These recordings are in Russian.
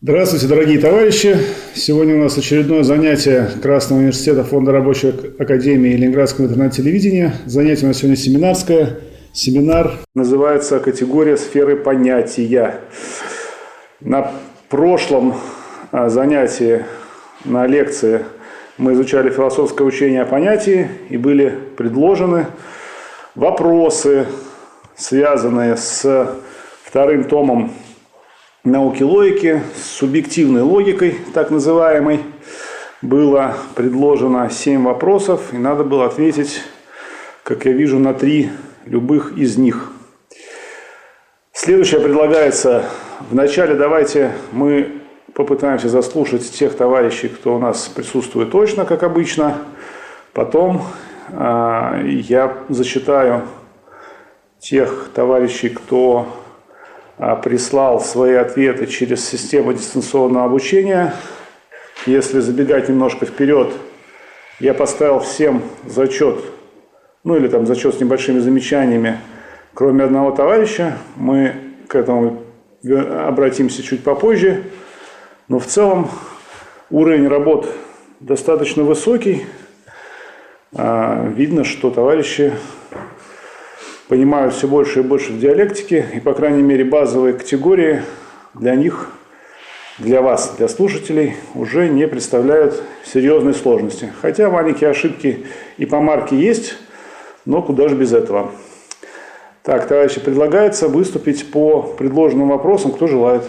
Здравствуйте, дорогие товарищи! Сегодня у нас очередное занятие Красного университета Фонда Рабочей Академии Ленинградского интернет-телевидения. Занятие у нас сегодня семинарское. Семинар называется «Категория сферы понятия». На прошлом занятии, на лекции, мы изучали философское учение о понятии и были предложены вопросы, связанные с вторым томом науки логики, с субъективной логикой, так называемой. Было предложено 7 вопросов, и надо было ответить, как я вижу, на 3 любых из них. Следующее предлагается: вначале давайте мы попытаемся заслушать тех товарищей, кто у нас присутствует точно, как обычно. Потом я зачитаю тех товарищей, кто прислал свои ответы через систему дистанционного обучения. Если забегать немножко вперед, я поставил всем зачет, или там зачет с небольшими замечаниями, кроме одного товарища. Мы к этому обратимся чуть попозже. Но в целом уровень работ достаточно высокий. Видно, что товарищи понимают все больше и больше в диалектике, и, по крайней мере, базовые категории для них, для вас, для слушателей, уже не представляют серьезной сложности. Хотя маленькие ошибки и помарки есть, но куда же без этого. Так, товарищи, предлагается выступить по предложенным вопросам. Кто желает?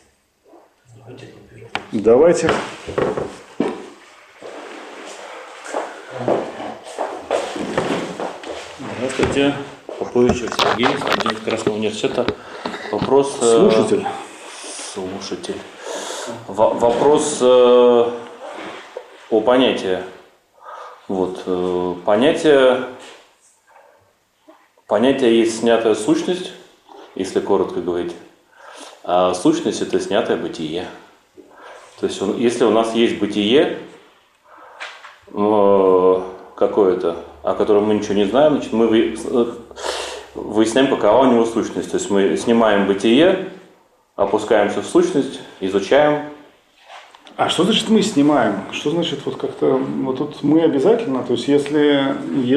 Давайте. Здравствуйте. Поповичев Сергей, студент Красного университета. Вопрос... Слушатель. Вопрос о понятии. Понятие есть снятая сущность, если коротко говорить. А сущность – это снятое бытие. То есть, если у нас есть бытие какое-то, о котором мы ничего не знаем, значит, мы выясняем, какова у него сущность. То есть мы снимаем бытие, опускаемся в сущность, изучаем. А что значит мы снимаем? Что значит как-то тут мы обязательно? То есть если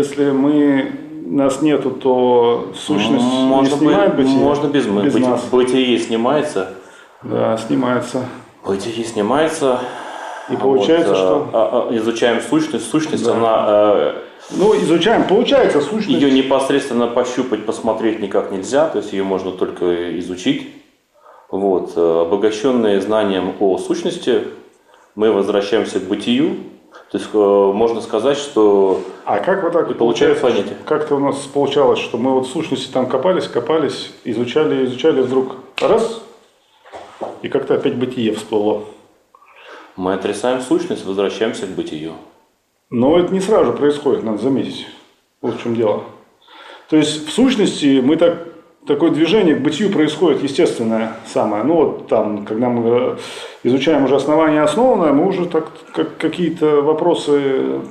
нас нету, то сущность не снимает бытие? Можно без нас. Бытие снимается. Да, снимается. Бытие снимается. И получается, что? Изучаем сущность. Сущность, да. Она... изучаем. Получается сущность. Ее непосредственно пощупать, посмотреть никак нельзя. То есть ее можно только изучить. Обогащенные знанием о сущности, мы возвращаемся к бытию. То есть можно сказать, что... А как вот так получается понятие? Как-то у нас получалось, что мы в сущности там копались, изучали, вдруг раз, и как-то опять бытие всплыло. Мы отрицаем сущность, возвращаемся к бытию. Но это не сразу происходит, надо заметить. Вот в чем дело. То есть, в сущности, такое движение к бытию происходит естественное самое. Когда мы изучаем уже основание основанное, мы уже какие-то вопросы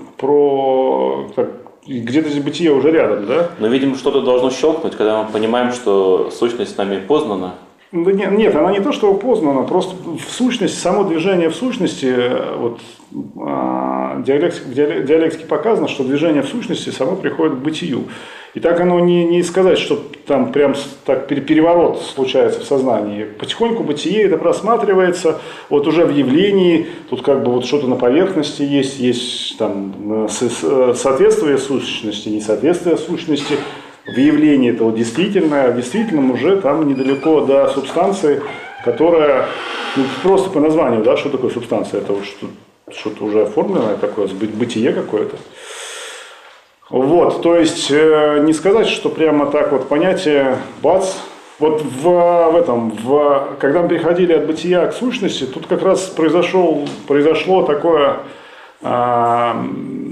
где-то здесь бытие уже рядом, да? Но, видимо, что-то должно щелкнуть, когда мы понимаем, что сущность нами познана. Да нет, она не то, что познана, просто в сущности, само движение в сущности, в диалектике показано, что движение в сущности само приходит к бытию. И так оно не сказать, что там прям так переворот случается в сознании. Потихоньку бытие это просматривается, уже в явлении, тут что-то на поверхности есть там соответствие сущности, несоответствие сущности. В явлении это действительно, а в действительном уже там недалеко до субстанции, которая, просто по названию, да, что такое субстанция, это что-то уже оформленное такое, бытие какое-то. То есть не сказать, что прямо так понятие бац. Когда мы переходили от бытия к сущности, тут как раз произошло такая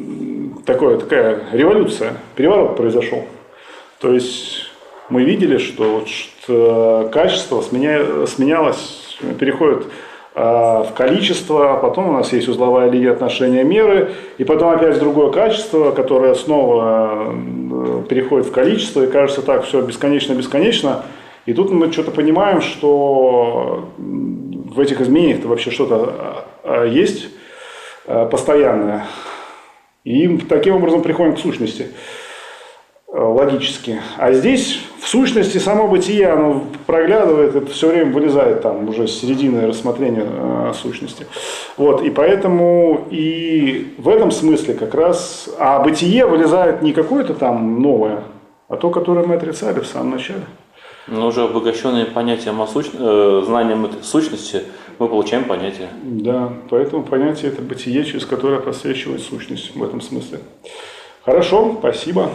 революция, переворот произошел. То есть мы видели, что качество сменялось, переходит в количество, потом у нас есть узловая линия отношения меры, и потом опять другое качество, которое снова переходит в количество, и кажется так все бесконечно-бесконечно. И тут мы что-то понимаем, что в этих изменениях-то вообще что-то есть постоянное. И таким образом приходим к сущности. Логически. А здесь в сущности само бытие, оно проглядывает, это все время вылезает там уже с середины рассмотрения сущности. Вот, и поэтому и в этом смысле как раз, а бытие вылезает не какое-то там новое, а то, которое мы отрицали в самом начале. Но уже обогащенные понятием знанием этой сущности мы получаем понятие. Да, поэтому понятие это бытие, через которое просвечивает сущность в этом смысле. Хорошо, спасибо.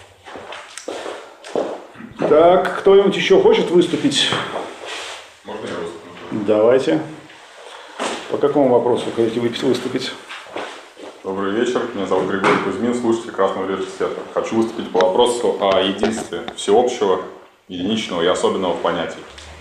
Так, кто-нибудь еще хочет выступить? Можно я выступлю? Давайте. По какому вопросу хотите выступить? Добрый вечер, меня зовут Григорий Кузьмин, слушатель Красного университета. Хочу выступить по вопросу о единстве всеобщего, единичного и особенного в понятии.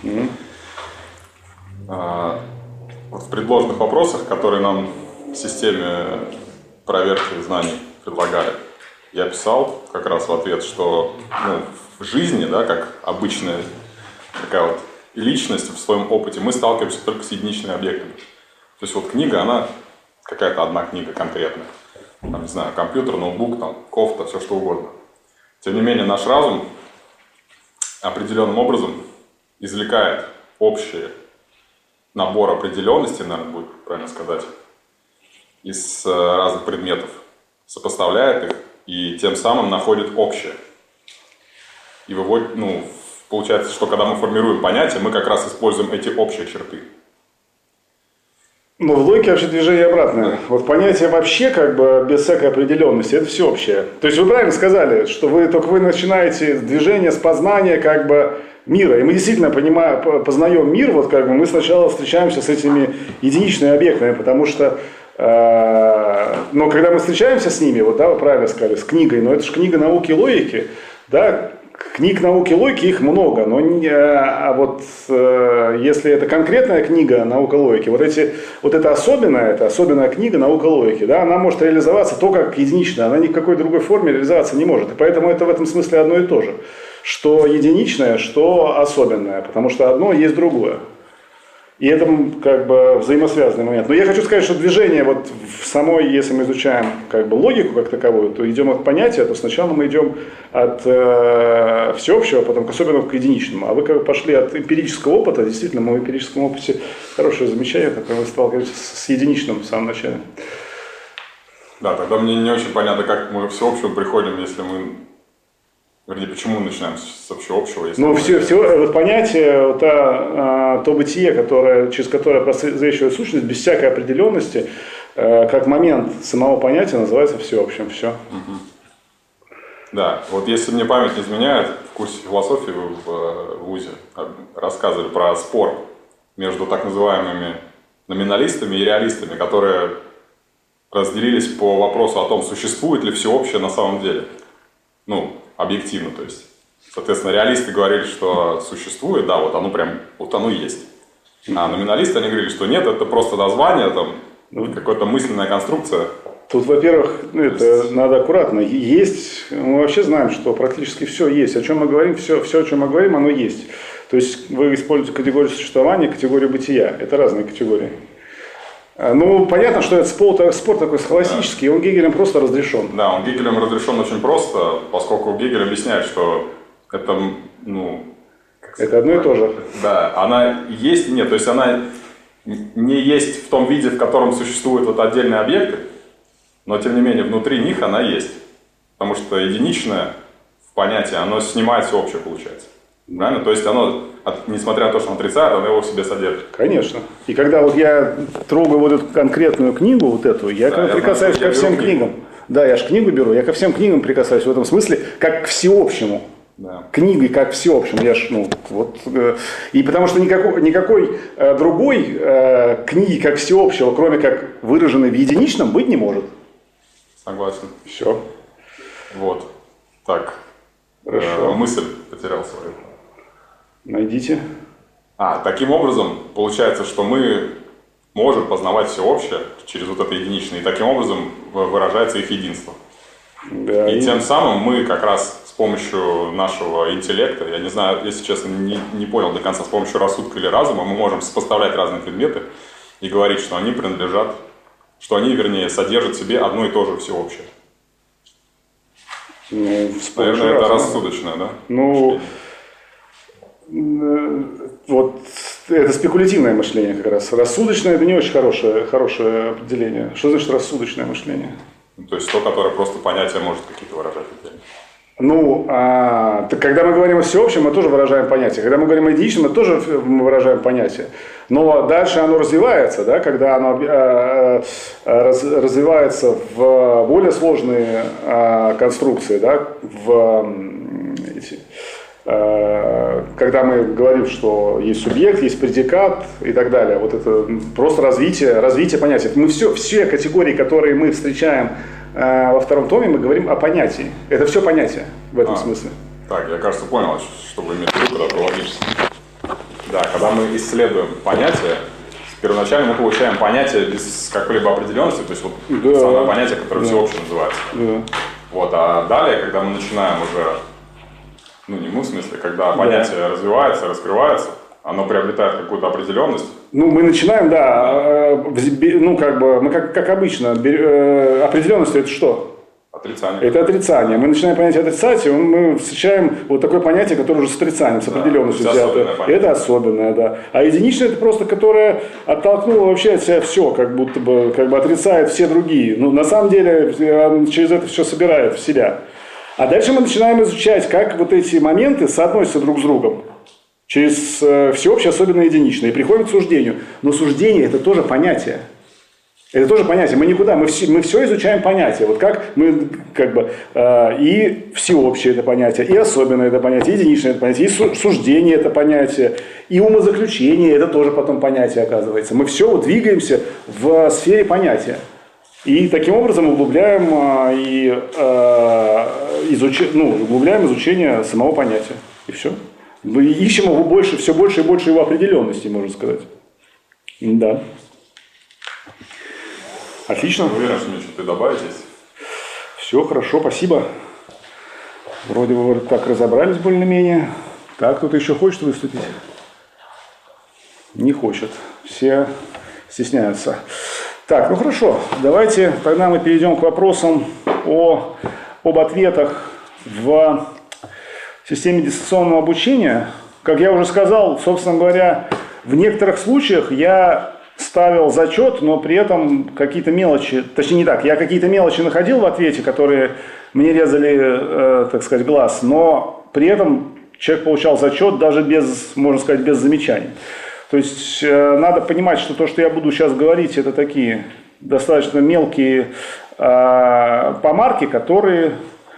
Вот в предложенных вопросах, которые нам в системе проверки знаний предлагали, я писал как раз в ответ, что в жизни, да, как обычная такая вот личность в своем опыте, мы сталкиваемся только с единичными объектами. То есть вот книга, она какая-то одна книга конкретная. Там, не знаю, компьютер, ноутбук, там, кофта, все что угодно. Тем не менее, наш разум определенным образом извлекает общий набор определенностей, наверное, будет правильно сказать, из разных предметов, сопоставляет их и тем самым находит общее. И выводит, получается, что когда мы формируем понятие, мы как раз используем эти общие черты. В логике вообще движение обратное. Вот понятие вообще как бы без всякой определенности, это всеобщее. То есть вы правильно сказали, что вы начинаете движение с познания как бы мира. И мы действительно познаем мир, вот как бы мы сначала встречаемся с этими единичными объектами, потому что но когда мы встречаемся с ними, вот да, вы правильно сказали, с книгой, но это же книга науки и логики, да, книг науки и логики их много, но если это конкретная книга наука и логики, это особенная книга наука и логики, да, она может реализоваться только как единичная, она ни в какой другой форме реализоваться не может. И поэтому это в этом смысле одно и то же, что единичное, что особенное, потому что одно есть другое. И это как бы взаимосвязанный момент. Но я хочу сказать, что движение вот в самой, если мы изучаем как бы логику как таковую, то идем от понятия, то сначала мы идем от всеобщего, потом особенно к единичному. А вы как бы пошли от эмпирического опыта, действительно, мы в эмпирическом опыте хорошее замечание, когда вы сталкиваетесь с единичным в самом начале. Да, тогда мне не очень понятно, как мы к всеобщему приходим, если мы... Вернее, почему мы начинаем с общего? Вот понятие, то бытие, через которое просвечивает сущность, без всякой определенности, как момент самого понятия, называется всеобщим. Все. Угу. Да, вот если мне память не изменяет, в курсе философии вы в ВУЗе рассказывали про спор между так называемыми номиналистами и реалистами, которые разделились по вопросу о том, существует ли всеобщее на самом деле. Объективно, то есть. Соответственно, реалисты говорили, что существует, да, вот оно есть. А номиналисты, они говорили, что нет, это просто название, какая-то мысленная конструкция. Тут, во-первых, надо аккуратно. Мы вообще знаем, что практически все есть. О чем мы говорим, все, о чем мы говорим, оно есть. То есть вы используете категорию существования, категорию бытия. Это разные категории. Понятно, что это спор такой схоластический, и он Гегелем просто разрешен. Да, он Гегелем разрешен очень просто, поскольку Гегель объясняет, что это, это одно и то же. Да, она есть и нет, то есть она не есть в том виде, в котором существуют отдельные объекты, но тем не менее внутри них она есть. Потому что единичное в понятии, оно снимает все общее, получается. Правильно? То есть оно, несмотря на то, что оно отрицает, оно его в себе содержит. Конечно. И когда я трогаю эту конкретную книгу, я прикасаюсь ко всем книгам. Да, я же книгу беру, я ко всем книгам прикасаюсь в этом смысле, как к всеобщему. Да. Книгой как к всеобщему. И потому что никакой другой книги как всеобщего, кроме как выраженной в единичном, быть не может. Согласен. Все. Вот. Так. Хорошо. Мысль потерял свою. Найдите. Таким образом, получается, что мы можем познавать все общее через это единичное, и таким образом выражается их единство. Да, и тем самым мы как раз с помощью нашего интеллекта, я не знаю, если честно, не понял до конца, с помощью рассудка или разума, мы можем сопоставлять разные предметы и говорить, что они принадлежат, что они, вернее, содержат в себе одно и то же всеобщее. Ну, наверное, это рассудочное, да? Ну, вот это спекулятивное мышление как раз. Рассудочное – это не очень хорошее определение. Что значит рассудочное мышление? То есть то, которое просто понятие может какие-то выражать. Ну, так когда мы говорим о всеобщем, мы тоже выражаем понятие. Когда мы говорим о единичном, мы тоже выражаем понятие. Но дальше оно развивается, да, когда оно развивается в более сложные конструкции, да, когда мы говорим, что есть субъект, есть предикат и так далее. Вот это просто развитие понятия. Мы все категории, которые мы встречаем во втором томе, мы говорим о понятии. Это все понятие в этом смысле. Так, я, кажется, понял, что вы имеете в виду, когда логически. Да, когда мы исследуем понятие, первоначально мы получаем понятие без какой-либо определенности, то есть вот самое понятие, которое всеобщее называется. Да. Вот, а далее, когда мы начинаем уже, ну не мы в смысле, когда понятие развивается, раскрывается, оно приобретает какую-то определенность. Ну, мы начинаем, ну, как бы, мы как обычно, определенность это что? Отрицание. Это отрицание. Мы начинаем понятие отрицания, мы встречаем вот такое понятие, которое уже с отрицанием, с определенностью взято. Это особенное, да. А единичное это просто, которое оттолкнуло вообще от себя все, как будто бы отрицает все другие. Ну, на самом деле, через это все собирает в себя. А дальше мы начинаем изучать, как вот эти моменты соотносятся друг с другом. Через всеобщее, особенно единичное. И приходим к суждению. Но суждение – это тоже понятие. Это тоже понятие. Мы никуда, мы все изучаем понятие. Вот как мы, как бы, и всеобщее это понятие, и особенное это понятие, и единичное это понятие, и суждение это понятие, и умозаключение это тоже потом понятие оказывается. Мы все вот двигаемся в сфере понятия. И таким образом углубляем, углубляем изучение самого понятия. И все. Мы ищем его все больше и больше его определенности, можно сказать. Да. Отлично. Уверен, что мне что-то добавить есть. Все, хорошо, спасибо. Вроде бы так разобрались более-менее. Так, кто-то еще хочет выступить? Не хочет. Все стесняются. Так, ну хорошо. Давайте тогда мы перейдем к вопросам об ответах в системе дистанционного обучения. Как я уже сказал, собственно говоря, в некоторых случаях я ставил зачет, но при этом какие-то мелочи, точнее не так, я какие-то мелочи находил в ответе, которые мне резали, так сказать, глаз, но при этом человек получал зачет даже без, можно сказать, без замечаний. То есть надо понимать, что то, что я буду сейчас говорить, это такие достаточно мелкие помарки, которые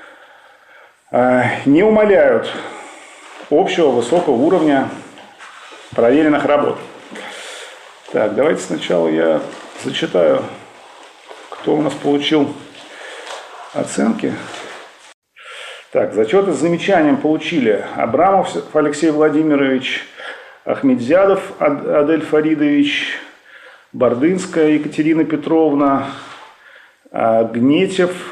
не умаляют общего высокого уровня проверенных работ. Так, давайте сначала я зачитаю, кто у нас получил оценки. Так, зачеты с замечанием получили Абрамов Алексей Владимирович, Ахмедзядов Адель Фаридович, Бордынская Екатерина Петровна, Гнетнев,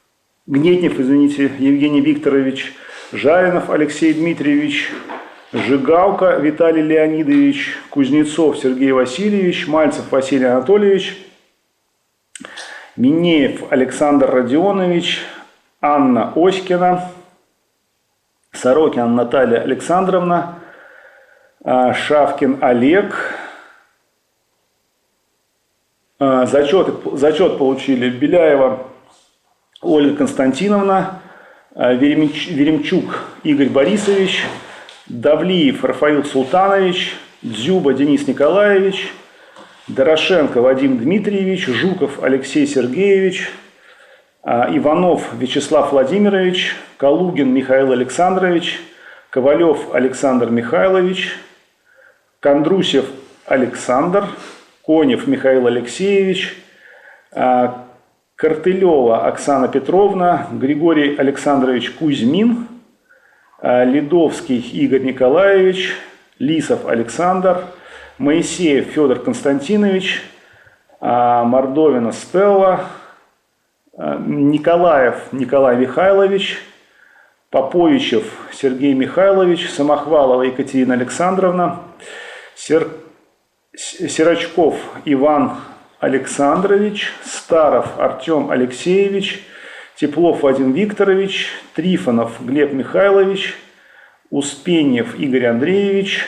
Евгений Викторович, Жаринов Алексей Дмитриевич, Жигалка Виталий Леонидович, Кузнецов Сергей Васильевич, Мальцев Василий Анатольевич, Минеев Александр Родионович, Анна Оськина, Сорокин Наталья Александровна, Шавкин Олег. Зачет получили Беляева Ольга Константиновна, Веремчук Игорь Борисович, Давлиев Рафаил Султанович, Дзюба Денис Николаевич, Дорошенко Вадим Дмитриевич, Жуков Алексей Сергеевич, Иванов Вячеслав Владимирович, Калугин Михаил Александрович, Ковалев Александр Михайлович, Кондрусев Александр, Конев Михаил Алексеевич, Картылева Оксана Петровна, Григорий Александрович Кузьмин, Ледовский Игорь Николаевич, Лисов Александр, Моисеев Федор Константинович, Мордовина Стелла, Николаев Николай Михайлович, Поповичев Сергей Михайлович, Самохвалова Екатерина Александровна, Сирачков Иван Александрович, Старов Артем Алексеевич, Теплов Вадим Викторович, Трифонов Глеб Михайлович, Успеньев Игорь Андреевич,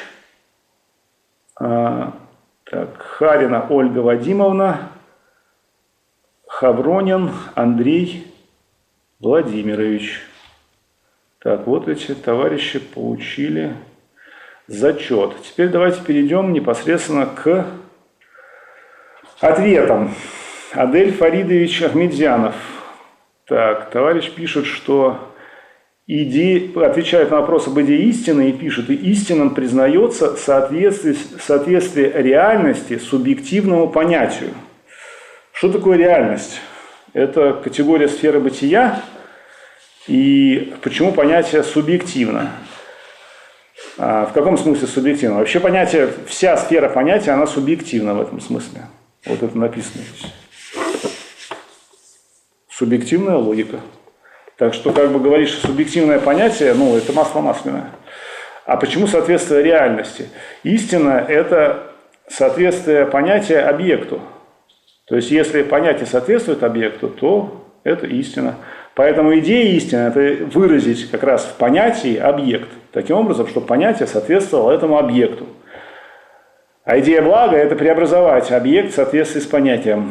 Харина Ольга Вадимовна, Хавронин Андрей Владимирович. Так, вот эти товарищи получили зачет. Теперь давайте перейдем непосредственно к ответам. Адель Фаридович Ахмедзянов. Так, товарищ пишет, что отвечает на вопрос об идее истины и пишет: и истинным признается соответствие реальности субъективному понятию. Что такое реальность? Это категория сферы бытия. И почему понятие субъективно? В каком смысле субъективно? Вообще понятие, вся сфера понятия, она субъективна в этом смысле. Вот это написано здесь. Субъективная логика. Так что, как бы говоришь, что субъективное понятие, это масло масляное. А почему соответствие реальности? Истина – это соответствие понятия объекту. То есть, если понятие соответствует объекту, то это истина. Поэтому идея истины – это выразить как раз в понятии объект. Таким образом, чтобы понятие соответствовало этому объекту. А идея блага – это преобразовать объект в соответствии с понятием.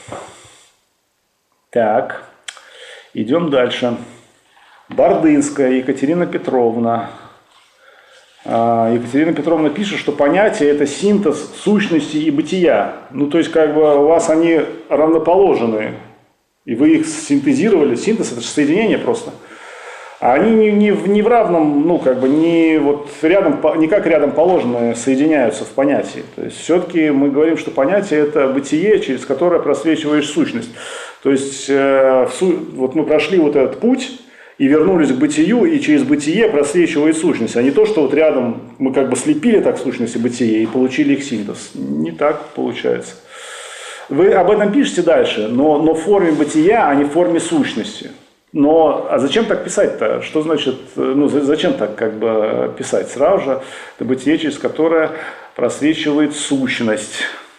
Так, идем дальше. Бардынская Екатерина Петровна. Екатерина Петровна пишет, что понятие – это синтез сущности и бытия. То есть, как бы у вас они равноположенные. И вы их синтезировали. Синтез – это же соединение просто. А они не в равном, не как рядом положенные соединяются в понятии. То есть, все-таки мы говорим, что понятие – это бытие, через которое просвечиваешь сущность. То есть, мы прошли вот этот путь и вернулись к бытию, и через бытие просвечивает сущность. А не то, что рядом мы как бы слепили так сущность и бытие и получили их синтез. Не так получается. Вы об этом пишете дальше, но в форме бытия, а не в форме сущности. А зачем так писать-то? Что значит, зачем так как бы писать? Сразу же это бытие, через которое просвечивает сущность.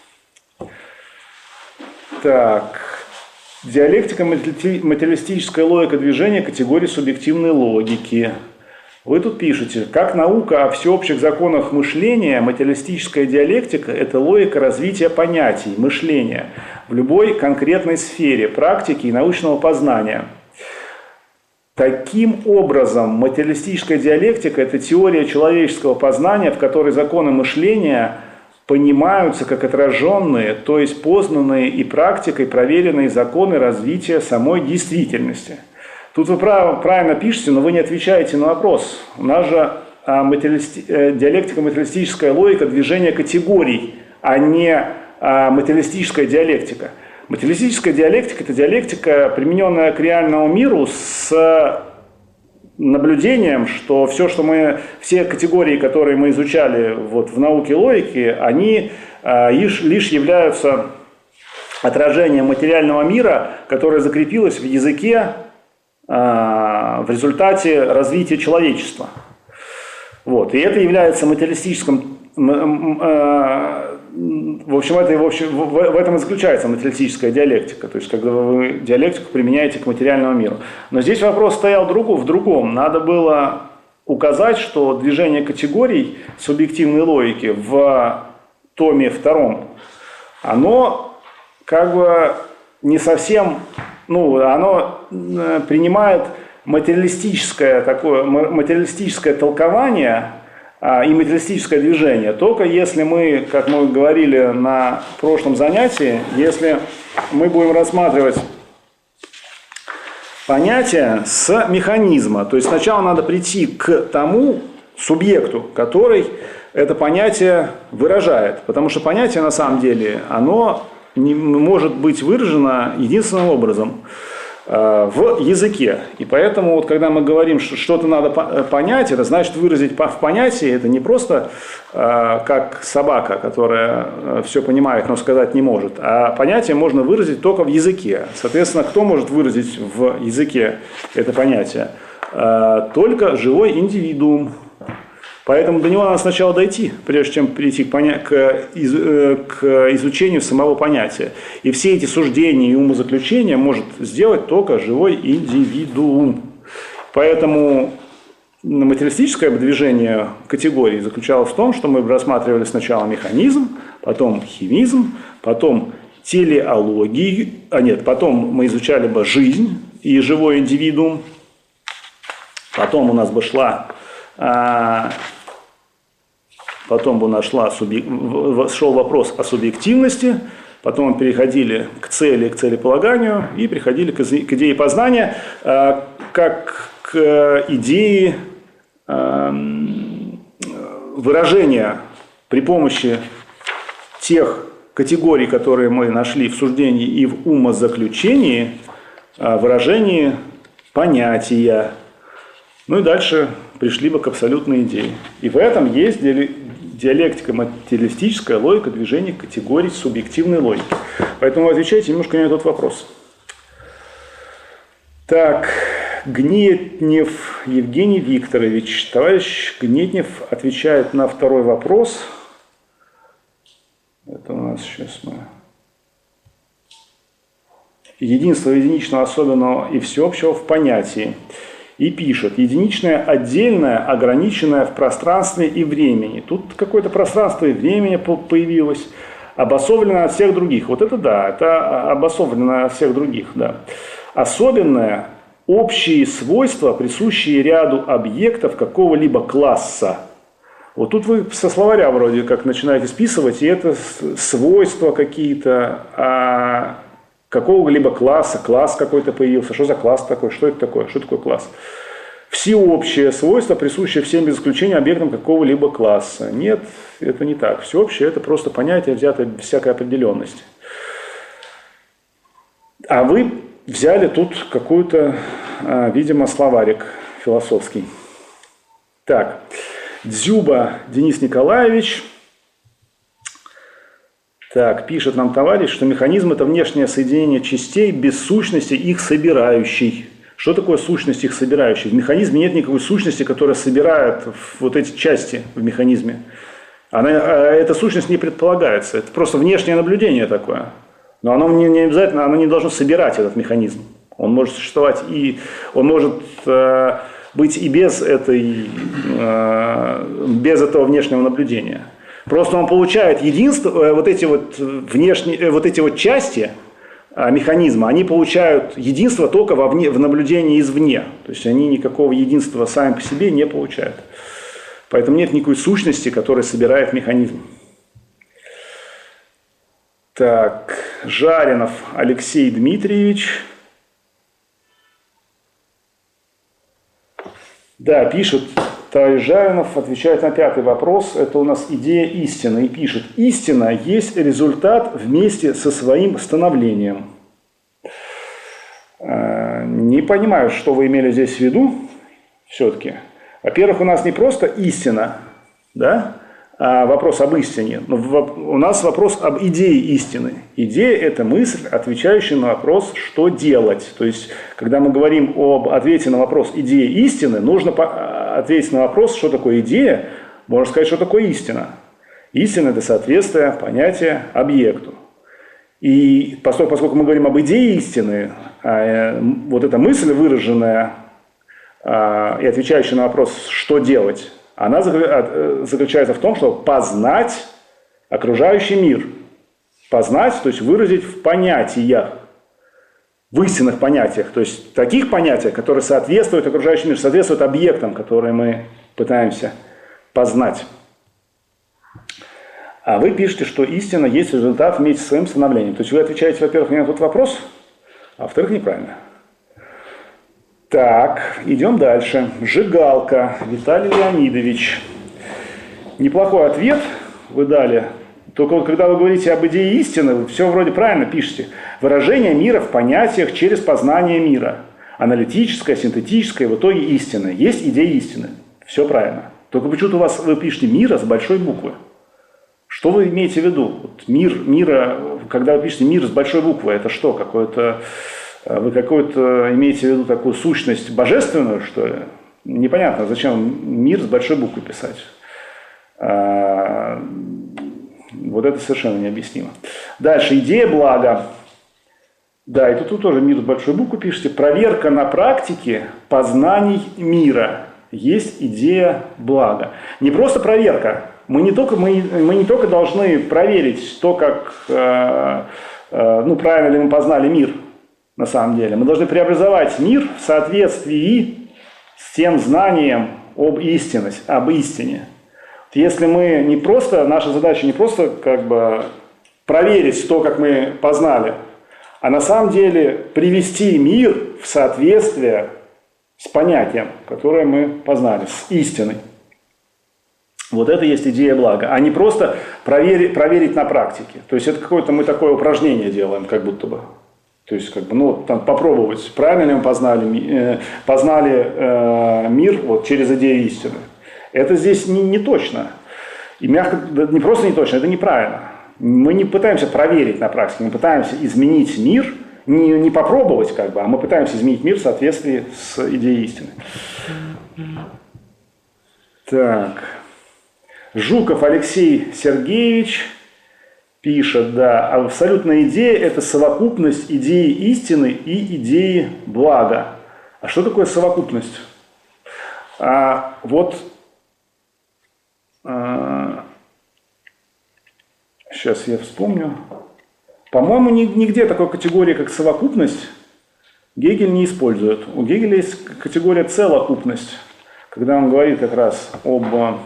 Так. Диалектика, материалистическая логика движения категории субъективной логики. Вы тут пишете: как наука о всеобщих законах мышления, материалистическая диалектика – это логика развития понятий, мышления в любой конкретной сфере практики и научного познания. Таким образом, материалистическая диалектика – это теория человеческого познания, в которой законы мышления понимаются как отраженные, то есть познанные и практикой проверенные законы развития самой действительности. Тут вы правильно пишете, но вы не отвечаете на вопрос. У нас же диалектика, материалистическая логика движения категорий, а не материалистическая диалектика. Материалистическая диалектика – это диалектика, примененная к реальному миру с наблюдением, что все категории, которые мы изучали в науке логики, они лишь являются отражением материального мира, которое закрепилось в языке в результате развития человечества. И это является материалистическим. В этом и заключается материалистическая диалектика. То есть, когда вы диалектику применяете к материальному миру. Но здесь вопрос стоял в другом. Надо было указать, что движение категорий субъективной логики в томе 2, оно как бы не совсем, оно принимает материалистическое толкование и материалистическое движение, только если мы, как мы говорили на прошлом занятии, если мы будем рассматривать понятие с механизма. То есть сначала надо прийти к тому субъекту, который это понятие выражает. Потому что понятие на самом деле, оно не может быть выражено единственным образом в языке. И поэтому, когда мы говорим, что что-то надо понять, это значит выразить в понятии, это не просто как собака, которая все понимает, но сказать не может, а понятие можно выразить только в языке. Соответственно, кто может выразить в языке это понятие? только живой индивидуум. Поэтому до него надо сначала дойти, прежде чем перейти к изучению самого понятия. И все эти суждения и умозаключения может сделать только живой индивидуум. Поэтому материалистическое движение категорий заключалось в том, что мы рассматривали сначала механизм, потом химизм, потом телеологию, потом мы изучали бы жизнь и живой индивидуум, потом у нас бы шел вопрос о субъективности, потом мы переходили к цели, к целеполаганию и приходили к идее познания, как к идее выражения при помощи тех категорий, которые мы нашли в суждении и в умозаключении, выражении понятия. Ну и дальше пришли бы к абсолютной идее. И в этом есть диалектика материалистическая, логика движения категорий субъективной логики. Поэтому вы отвечаете немножко на этот вопрос. Так, Гнетнев Евгений Викторович. Товарищ Гнетнев отвечает на второй вопрос. Это у нас сейчас мы... Единство единичного, особенного и всеобщего в понятии. И пишет: единичное, отдельное, ограниченное в пространстве и времени. Тут какое-то пространство и время появилось, обособленное от всех других. Вот это да, это обособленное от всех других, да. Особенное, общие свойства, присущие ряду объектов какого-либо класса. Вот тут вы со словаря вроде как начинаете списывать, и это свойства какие-то какого-либо класса, класс какой-то появился. Что за класс такой? Что это такое? Что такое класс? Всеобщее свойство, присущее всем без исключения объектам какого-либо класса. Нет, это не так. Всеобщее – это просто понятие, взятое без всякой определенности. А вы взяли тут какой-то, видимо, словарик философский. Так, Дзюба Денис Николаевич. Так, пишет нам товарищ, что механизм – это внешнее соединение частей без сущности их собирающей. Что такое сущность их собирающей? В механизме нет никакой сущности, которая собирает вот эти части в механизме. Эта сущность не предполагается. Это просто внешнее наблюдение такое. Но оно не обязательно, оно не должно собирать этот механизм. Он может существовать и он может быть и без этого внешнего наблюдения. Просто он получает единство, вот эти вот внешние, вот эти вот части механизма, они получают единство только в наблюдении извне. То есть они никакого единства сами по себе не получают. Поэтому нет никакой сущности, которая собирает механизм. Так, Жаринов Алексей Дмитриевич. Да, пишет. Товарищ Жаринов отвечает на пятый вопрос. Это у нас идея истины. И пишет: истина есть результат вместе со своим становлением. Не понимаю, что вы имели здесь в виду все-таки. Во-первых, у нас не просто истина, да, а вопрос об истине. Но у нас вопрос об идее истины. Идея – это мысль, отвечающая на вопрос, что делать. То есть, когда мы говорим об ответе на вопрос идеи истины, нужно ответить на вопрос, что такое идея, можно сказать, что такое истина. Истина – это соответствие понятия объекту. И поскольку мы говорим об идее истины, вот эта мысль, выраженная и отвечающая на вопрос, что делать, она заключается в том, чтобы познать окружающий мир. Познать, то есть выразить в понятиях, в истинных понятиях. То есть таких понятиях, которые соответствуют окружающему миру, соответствуют объектам, которые мы пытаемся познать. А вы пишете, что истина есть результат вместе со своим становлением. То есть вы отвечаете, во-первых, на этот вопрос, а во-вторых, неправильно. Так, идем дальше. Жигалка Виталий Леонидович. Неплохой ответ вы дали. Только вот когда вы говорите об идее истины, вы все вроде правильно пишете. Выражение мира в понятиях через познание мира. Аналитическое, синтетическое, в итоге истина. Есть идея истины. Все правильно. Только почему-то вы пишете мира с большой буквы. Что вы имеете в виду? Вот мира, когда вы пишете мир с большой буквы, это что? Какое-то Вы какую-то имеете в виду такую сущность божественную, что ли? Непонятно, зачем мир с большой буквы писать. Вот это совершенно необъяснимо. Дальше, идея блага. Да, и тут тоже мир с большой буквы пишете. Проверка на практике познаний мира. Есть идея блага. Не просто проверка. Мы не только должны проверить то, как правильно ли мы познали мир на самом деле. Мы должны преобразовать мир в соответствии с тем знанием об истине. Если мы не просто, наша задача не просто проверить то, как мы познали, а на самом деле привести мир в соответствие с понятием, которое мы познали, с истиной. Вот это есть идея блага, а не просто проверить на практике. То есть это какое-то мы такое упражнение делаем, как будто бы. То есть попробовать, правильно ли мы познали мир через идею истины. Это здесь не точно. И не просто не точно, это неправильно. Мы не пытаемся проверить на практике, мы пытаемся изменить мир, не попробовать, а мы пытаемся изменить мир в соответствии с идеей истины. Так. Жуков Алексей Сергеевич пишет, да, абсолютная идея – это совокупность идеи истины и идеи блага. А что такое совокупность? Сейчас я вспомню. По-моему, нигде такой категории, как совокупность, Гегель не использует. У Гегеля есть категория целокупность, когда он говорит как раз об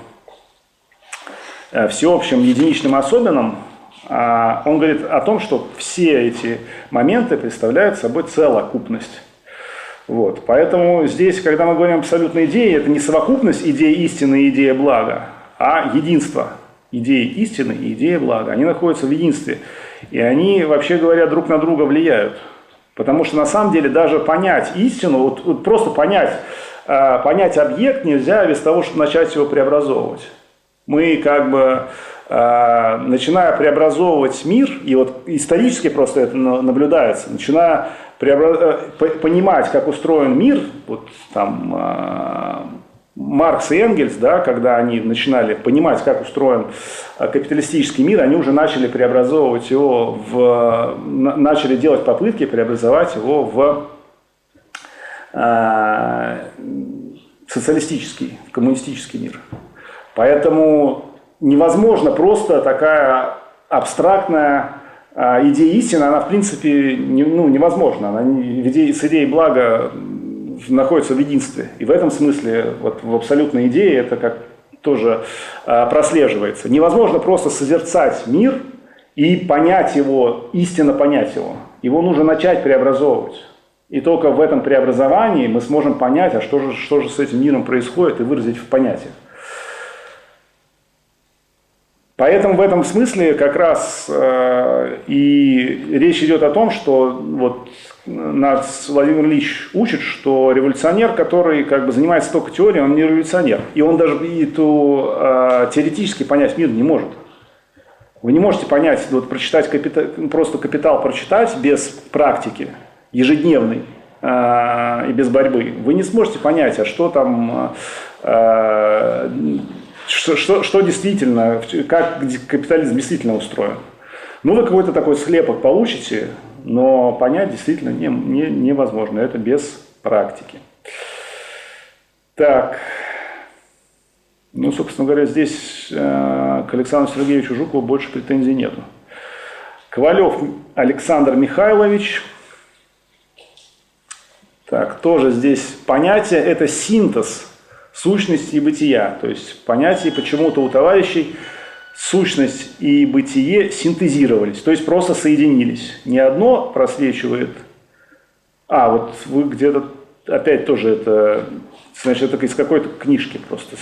всеобщем, единичном, особенном. Он говорит о том, что все эти моменты представляют собой целокупность. Вот. Поэтому здесь, когда мы говорим об абсолютной идее, это не совокупность идеи истины и идеи блага, а единство идеи истины и идеи блага. Они находятся в единстве. И они, вообще говоря, друг на друга влияют. Потому что на самом деле даже понять истину, просто понять объект нельзя без того, чтобы начать его преобразовывать. Мы начиная преобразовывать мир, и исторически просто это наблюдается, начиная понимать, как устроен мир, Маркс и Энгельс, да, когда они начинали понимать, как устроен капиталистический мир, они уже начали преобразовывать его начали делать попытки преобразовать его в социалистический, в коммунистический мир. Поэтому невозможно просто такая абстрактная идея истины, она в принципе невозможна. Она с идеей блага находится в единстве. И в этом смысле в абсолютной идее это тоже прослеживается. Невозможно просто созерцать мир и понять его, истинно понять его. Его нужно начать преобразовывать. И только в этом преобразовании мы сможем понять, а что же с этим миром происходит, и выразить в понятиях. Поэтому в этом смысле как раз и речь идет о том, что нас Владимир Ильич учит, что революционер, который занимается только теорией, он не революционер. И он даже теоретически понять мир не может. Вы не можете понять, прочитать просто «Капитал» прочитать без практики ежедневной и без борьбы. Вы не сможете понять, а что там... Что действительно, как капитализм действительно устроен. Вы какой-то такой слепок получите, но понять действительно невозможно. Это без практики. Так. Собственно говоря, здесь к Александру Сергеевичу Жукову больше претензий нету. Ковалев Александр Михайлович. Так, тоже здесь понятие – это синтез сущности и бытия. То есть понятие почему-то у товарищей сущность и бытие синтезировались, то есть просто соединились. Не одно просвечивает, вы где-то опять тоже это, значит, это из какой-то книжки просто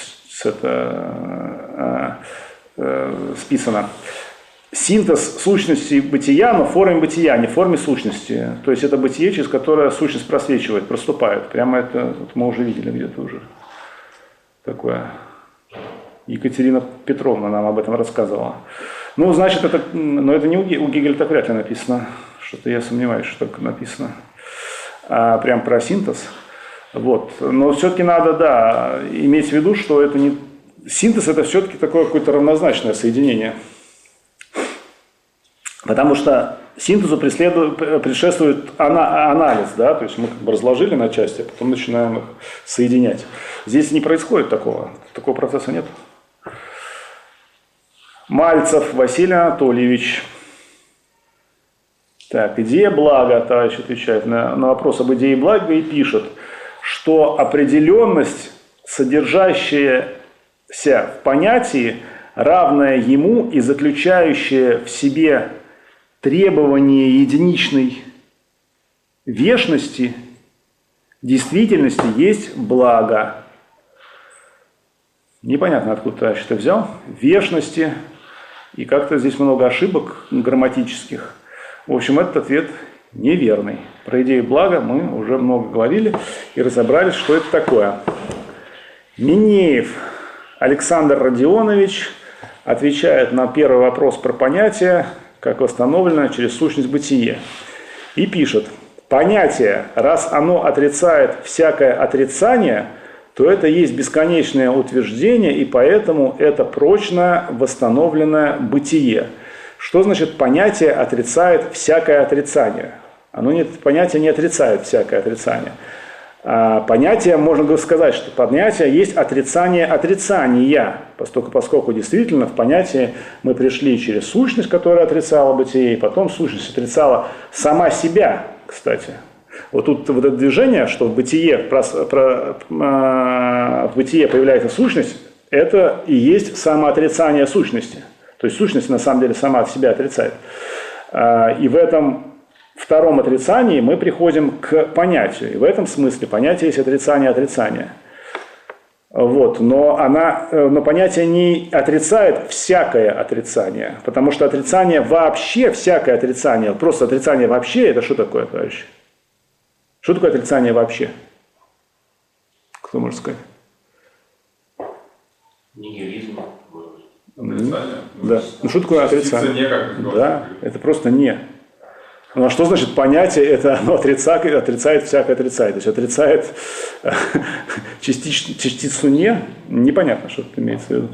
списано. Синтез сущности и бытия, но в форме бытия, не в форме сущности. То есть это бытие, через которое сущность просвечивает, проступает. Прямо это мы уже видели где-то уже. Такое. Екатерина Петровна нам об этом рассказывала. Но это не у Гегеля так вряд ли написано. Что-то я сомневаюсь, что так написано. прям про синтез. Вот. Но все-таки надо, да, иметь в виду, что это не... Синтез – это все-таки такое какое-то равнозначное соединение. Потому что синтезу предшествует анализ, да, то есть мы как бы разложили на части, а потом начинаем их соединять. Здесь не происходит такого процесса нет. Мальцев Василий Анатольевич. Так, идея блага, товарищ отвечает на вопрос об идее блага и пишет, что определенность, содержащаяся в понятии, равная ему и заключающая в себе требование единичной вещности, действительности есть благо. Непонятно, откуда товарищ это взял. Вещности, и как-то здесь много ошибок грамматических. В общем, этот ответ неверный. Про идею блага мы уже много говорили и разобрались, что это такое. Минеев Александр Родионович отвечает на первый вопрос про понятие, как восстановлено через сущность бытие. И пишет: понятие, раз оно отрицает всякое отрицание, то это есть бесконечное утверждение, и поэтому это прочно восстановленное бытие. Что значит понятие отрицает всякое отрицание? Понятие не отрицает всякое отрицание. Понятие, можно сказать, что понятие есть отрицание отрицания, поскольку действительно в понятие мы пришли через сущность, которая отрицала бытие, и потом сущность отрицала сама себя, кстати. Вот тут вот это движение, что в бытие появляется сущность, это и есть самоотрицание сущности. То есть сущность на самом деле сама от себя отрицает. И в этом втором отрицании мы приходим к понятию. И в этом смысле понятие есть отрицание отрицания. Вот. Но понятие не отрицает всякое отрицание. Потому что отрицание вообще, всякое отрицание, просто отрицание вообще, это что такое, товарищи? Что такое отрицание вообще? Кто может сказать? Нигилизм. Отрицание. Да. Ну что такое отрицание? Да, это просто не. Ну а что значит понятие? Это оно отрицает всякое отрицает. То есть отрицает частицу не. Непонятно, что это имеется в виду.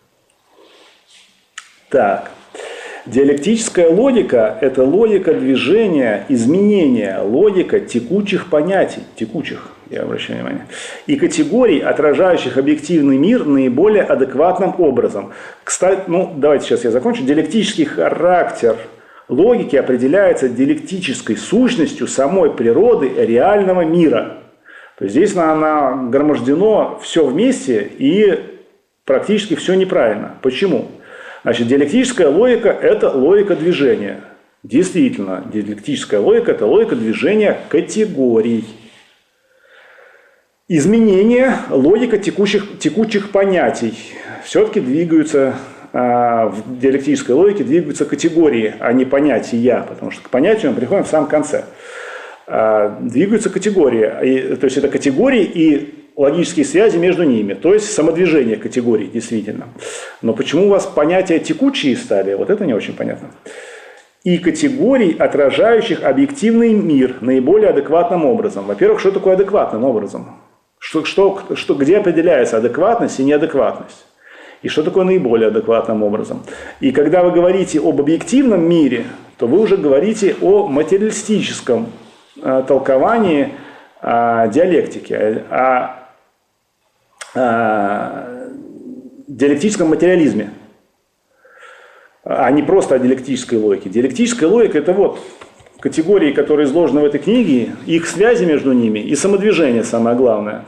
Так. Диалектическая логика – это логика движения, изменения, логика текучих понятий, я обращаю внимание, и категорий, отражающих объективный мир наиболее адекватным образом. Кстати, давайте сейчас я закончу. Диалектический характер логики определяется диалектической сущностью самой природы реального мира. То есть здесь нагромождено все вместе и практически все неправильно. Почему? Значит, диалектическая логика – это логика движения. Действительно, диалектическая логика – это логика движения категорий. Изменение – логика текучих понятий. Все-таки двигаются, в диалектической логике двигаются категории, а не понятия, потому что к понятию мы приходим в самом конце. Двигаются категории, то есть это категории и логические связи между ними, то есть самодвижение категорий, действительно. Но почему у вас понятия текучие стали, вот это не очень понятно. И категорий, отражающих объективный мир наиболее адекватным образом. Во-первых, что такое адекватным образом? Где определяется адекватность и неадекватность? И что такое наиболее адекватным образом? И когда вы говорите об объективном мире, то вы уже говорите о материалистическом толковании диалектики, о диалектическом материализме, а не просто о диалектической логике. Диалектическая логика – это вот категории, которые изложены в этой книге, их связи между ними и самодвижение, самое главное,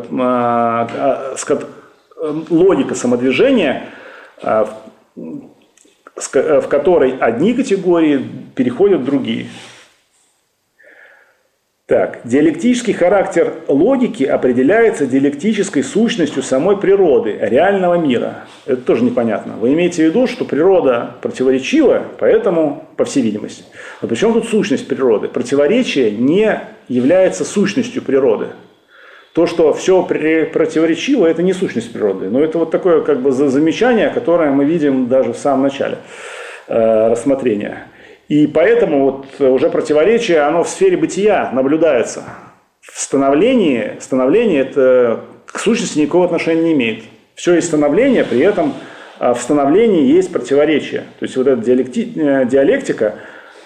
логика самодвижения, в которой одни категории переходят в другие. Так, диалектический характер логики определяется диалектической сущностью самой природы, реального мира. Это тоже непонятно. Вы имеете в виду, что природа противоречива, поэтому, по всей видимости. Но при чем тут сущность природы? Противоречие не является сущностью природы. То, что все противоречиво, это не сущность природы. Но это вот такое как бы замечание, которое мы видим даже в самом начале рассмотрения. И поэтому вот уже противоречие, оно в сфере бытия наблюдается. В становлении это к сущности никакого отношения не имеет. Все есть становление, при этом в становлении есть противоречие. То есть вот эта диалектика,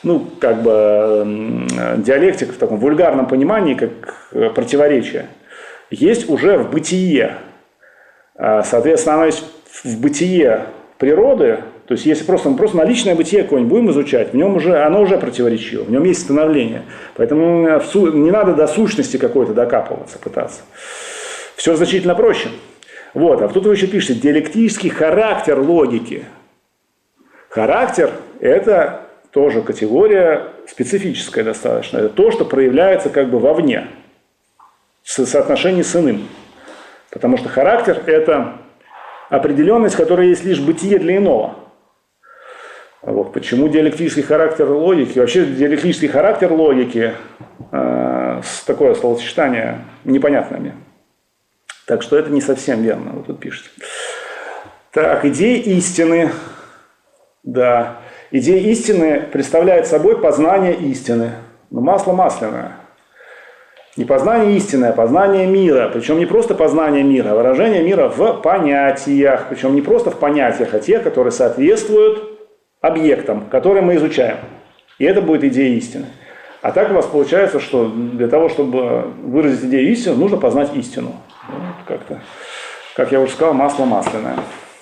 диалектика в таком вульгарном понимании, как противоречие, есть уже в бытие. Соответственно, оно есть в бытие природы. То есть, если просто наличное бытие какое-нибудь будем изучать, оно уже противоречиво, в нем есть становление. Поэтому не надо до сущности какой-то докапываться, пытаться. Все значительно проще. Вот, а тут вы еще пишете диалектический характер логики. Характер – это тоже категория специфическая достаточно. Это то, что проявляется как бы вовне, в соотношении с иным. Потому что характер – это определенность, которая есть лишь бытие для иного. Вот. Почему диалектический характер логики? Вообще диалектический характер логики такое словосочетание непонятное мне. Так что это не совсем верно, вы тут пишете. Так, идея истины. Да. Идея истины представляет собой познание истины. Но масло масляное. Не познание истины, а познание мира. Причем не просто познание мира, а выражение мира в понятиях. Причем не просто в понятиях, а те, которые соответствуют объектам, которые мы изучаем. И это будет идея истины. А так у вас получается, что для того, чтобы выразить идею истины, нужно познать истину. Вот как-то, как я уже сказал, масло масляное.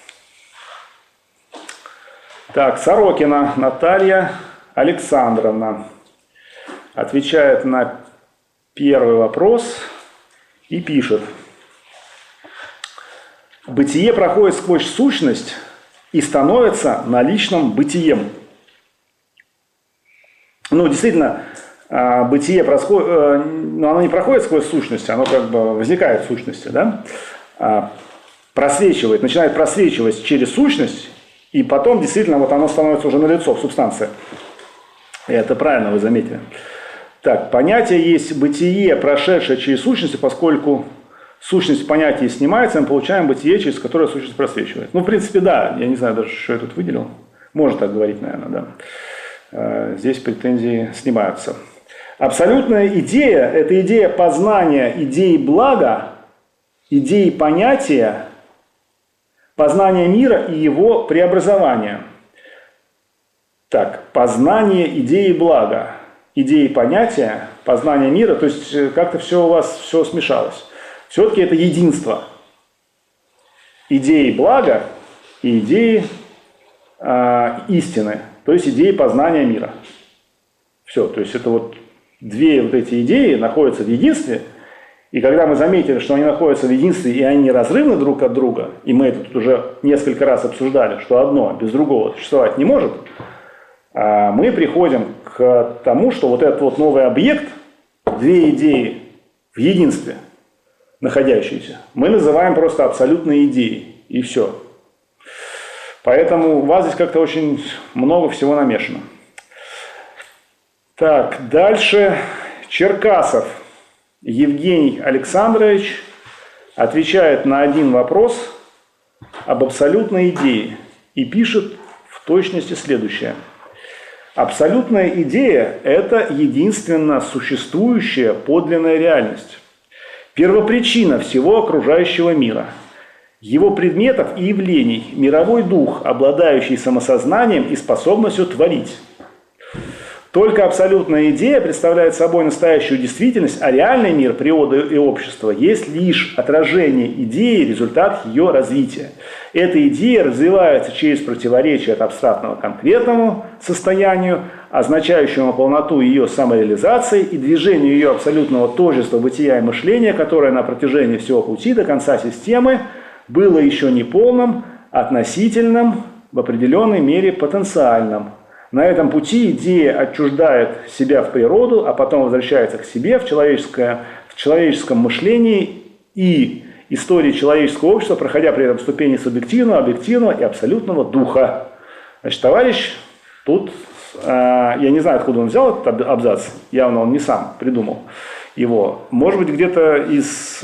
Так, Сорокина Наталья Александровна отвечает на первый вопрос и пишет. Бытие проходит сквозь сущность и становится наличным бытием. Действительно, бытие оно не проходит сквозь сущность, оно как бы возникает в сущности, да? Начинает просвечивать через сущность, и потом действительно вот оно становится уже налицо в субстанции. И это правильно вы заметили. Так, понятие есть бытие, прошедшее через сущность, и поскольку сущность понятия снимается, мы получаем бытие, через которое сущность просвечивает. В принципе, да, я не знаю даже, что я тут выделил. Можно так говорить, наверное, да. Здесь претензии снимаются. Абсолютная идея – это идея познания идеи блага, идеи понятия, познания мира и его преобразования. Так, познание идеи блага, идеи понятия, познание мира, то есть как-то все у вас все смешалось. Все-таки это единство идеи блага и идеи истины, то есть идеи познания мира. Все, то есть это вот две вот эти идеи находятся в единстве, и когда мы заметили, что они находятся в единстве и они неразрывны друг от друга, и мы это тут уже несколько раз обсуждали, что одно без другого существовать не может, мы приходим к тому, что вот этот вот новый объект, две идеи в единстве находящиеся, мы называем просто абсолютной идеей, и все. Поэтому у вас здесь как-то очень много всего намешано. Так, дальше Черкасов Евгений Александрович отвечает на один вопрос об абсолютной идее и пишет в точности следующее. Абсолютная идея – это единственно существующая подлинная реальность, первопричина всего окружающего мира, его предметов и явлений, мировой дух, обладающий самосознанием и способностью творить. Только абсолютная идея представляет собой настоящую действительность, а реальный мир, природа и общество есть лишь отражение идеи, результат ее развития. Эта идея развивается через противоречие от абстрактного к конкретному состоянию, означающему полноту ее самореализации и движению ее абсолютного тождества бытия и мышления, которое на протяжении всего пути до конца системы было еще не полным, относительным, в определенной мере потенциальным. На этом пути идея отчуждает себя в природу, а потом возвращается к себе в человеческом мышлении и истории человеческого общества, проходя при этом ступени субъективного, объективного и абсолютного духа. Значит, товарищ тут, я не знаю, откуда он взял этот абзац, явно он не сам придумал его. Может быть, где-то из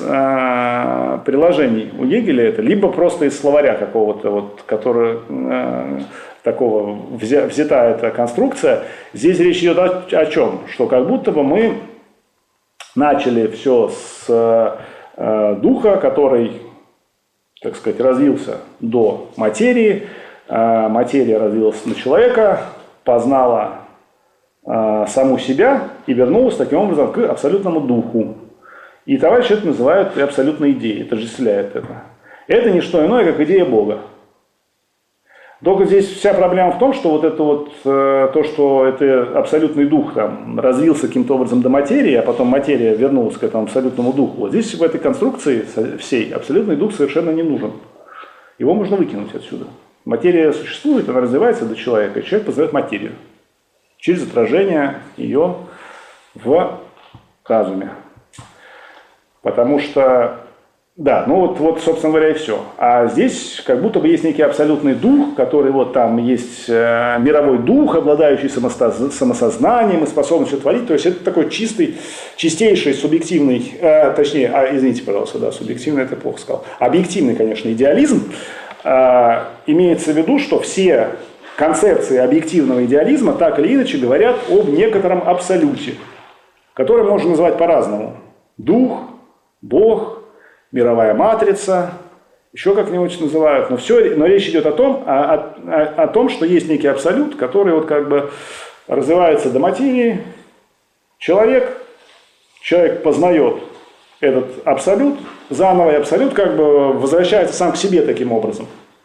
приложений у Гегеля это, либо просто из словаря какого-то, вот, который такого взята эта конструкция. Здесь речь идет о чем? Что как будто бы мы начали все с духа, который, так сказать, развился до материи. Материя развилась на человека, познала саму себя и вернулась таким образом к абсолютному духу. И товарищи это называют абсолютной идеей, отождествляют это. Это не что иное, как идея Бога. Только здесь вся проблема в том, что вот это вот, то, что это абсолютный дух там, развился каким-то образом до материи, а потом материя вернулась к этому абсолютному духу. Вот здесь в этой конструкции всей абсолютный дух совершенно не нужен. Его можно выкинуть отсюда. Материя существует, она развивается до человека, и человек познает материю через отражение ее в разуме. Потому что, да, ну вот, собственно говоря, и все. А здесь как будто бы есть некий абсолютный дух, который вот там есть мировой дух, обладающий самосознанием и способностью творить. То есть это такой чистейший субъективный, извините, пожалуйста, да, субъективный, это плохо сказал. Объективный, конечно, идеализм. Имеется в виду, что все концепции объективного идеализма так или иначе говорят об некотором абсолюте, который можно назвать по-разному. Дух, Бог, мировая матрица, еще как-нибудь называют. Но речь идет о том, что есть некий абсолют, который вот как бы развивается до материи. Человек познает этот абсолют заново, и абсолют как бы возвращается сам к себе таким образом.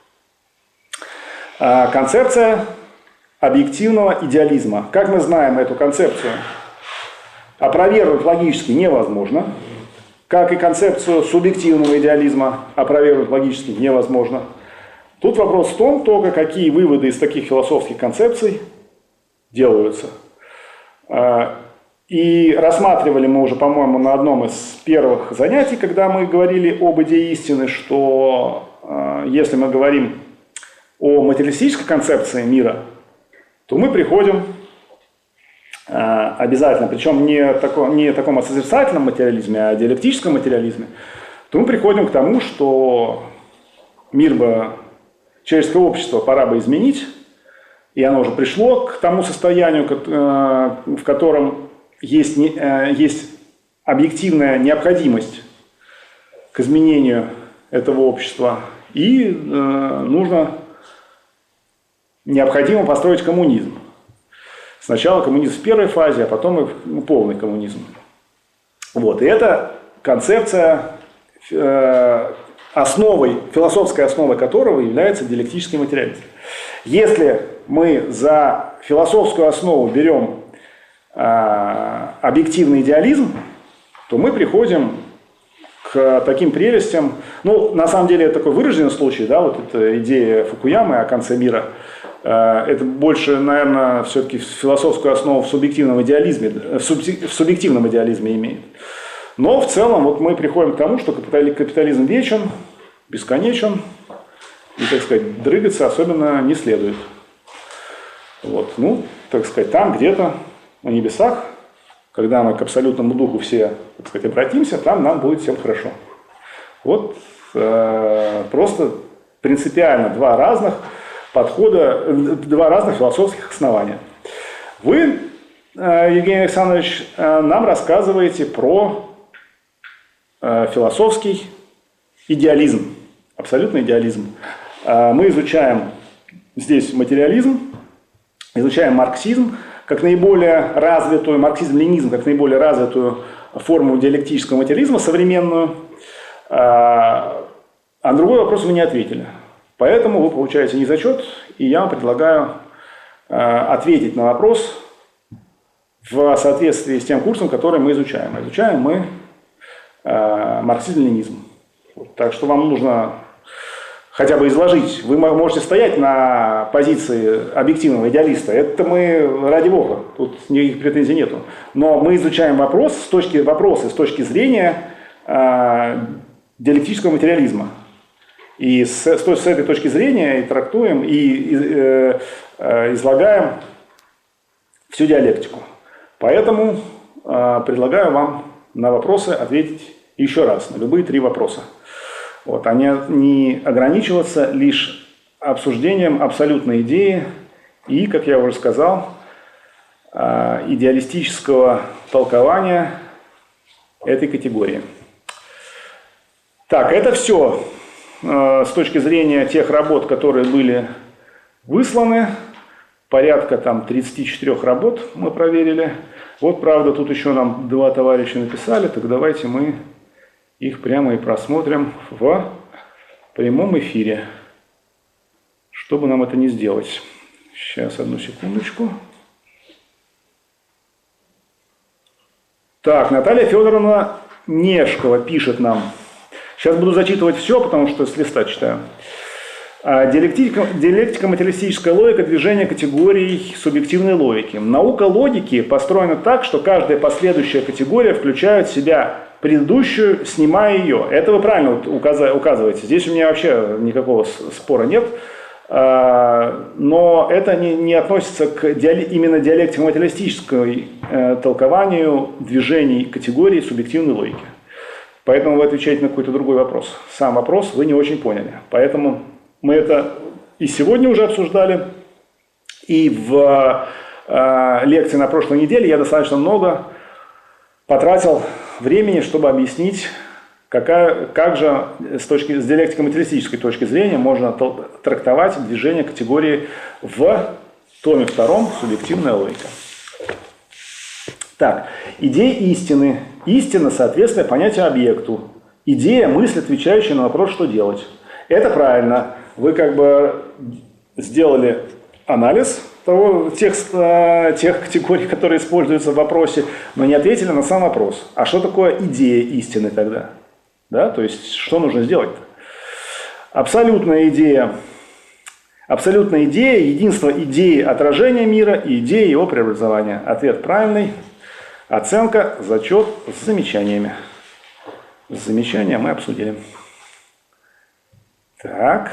Концепция объективного идеализма. Как мы знаем эту концепцию, опровергнуть логически невозможно. Как и концепцию субъективного идеализма опровергнуть логически невозможно. Тут вопрос в том, только какие выводы из таких философских концепций делаются. И рассматривали мы уже, по-моему, на одном из первых занятий, когда мы говорили об идее истины, что если мы говорим о материалистической концепции мира, то мы приходим обязательно, причем не таком созерцательном материализме, а диалектическом материализме, то мы приходим к тому, что мир бы, человеческое общество пора бы изменить, и оно уже пришло к тому состоянию, в котором есть объективная необходимость к изменению этого общества, и необходимо построить коммунизм. Сначала коммунизм в первой фазе, а потом и полный коммунизм. Вот. И эта концепция, философской основой которого является диалектический материализм. Если мы за философскую основу берем объективный идеализм, то мы приходим к таким прелестям. Ну, на самом деле, это такой выраженный случай, да, вот эта идея Фукуямы о конце мира. Это больше, наверное, все-таки философскую основу в субъективном идеализме, имеет. Но в целом вот мы приходим к тому, что капитализм вечен, бесконечен, и, так сказать, дрыгаться особенно не следует. Вот. Ну, так сказать, там где-то на небесах, когда мы к абсолютному духу все, так сказать, обратимся, там нам будет всем хорошо. Вот просто принципиально два разных подхода, два разных философских основания. Вы, Евгений Александрович, нам рассказываете про философский идеализм, абсолютный идеализм. Мы изучаем здесь материализм, изучаем марксизм как наиболее развитую, марксизм-ленизм как наиболее развитую форму диалектического материализма современную. А на другой вопрос вы не ответили. Поэтому вы получаете незачет, и я вам предлагаю ответить на вопрос в соответствии с тем курсом, который мы изучаем. Изучаем мы марксизм-ленизм. Так что вам нужно хотя бы изложить. Вы можете стоять на позиции объективного идеалиста. Это мы, ради бога, тут никаких претензий нету. Но мы изучаем вопросы с точки зрения диалектического материализма. И с этой точки зрения и трактуем, и излагаем всю диалектику. Поэтому предлагаю вам на вопросы ответить еще раз, на любые три вопроса. Вот, а не ограничиваться лишь обсуждением абсолютной идеи и, как я уже сказал, идеалистического толкования этой категории. Так, это все с точки зрения тех работ, которые были высланы. Порядка там 34 работ мы проверили. Вот, правда, тут еще нам два товарища написали, так давайте мы их прямо и просмотрим в прямом эфире, чтобы нам это не сделать. Сейчас, одну секундочку. Так, Наталья Федоровна Нешкова пишет нам. Сейчас буду зачитывать все, потому что с листа читаю. Диалектика, материалистическая логика, движение категорий субъективной логики. Наука логики построена так, что каждая последующая категория включает в себя предыдущую, снимая ее. Это вы правильно указываете. Здесь у меня вообще никакого спора нет. Но это не относится к именно диалектико-материалистическому толкованию движений категорий субъективной логики. Поэтому вы отвечаете на какой-то другой вопрос. Сам вопрос вы не очень поняли. Поэтому мы это и сегодня уже обсуждали, и в лекции на прошлой неделе я достаточно много потратил времени, чтобы объяснить, как же с диалектико-материалистической точки зрения можно трактовать движение категории в томе 2 «Субъективная логика». Так, идея истины. Истина, соответственно, понятию объекту. Идея – мысль, отвечающая на вопрос, что делать. Это правильно. Вы как бы сделали анализ тех категорий, которые используются в вопросе, но не ответили на сам вопрос. А что такое идея истины тогда? Да? То есть, что нужно сделать-то? Абсолютная идея, единство идеи отражения мира и идеи его преобразования. Ответ правильный. Оценка, зачет с замечаниями. Замечания мы обсудили. Так.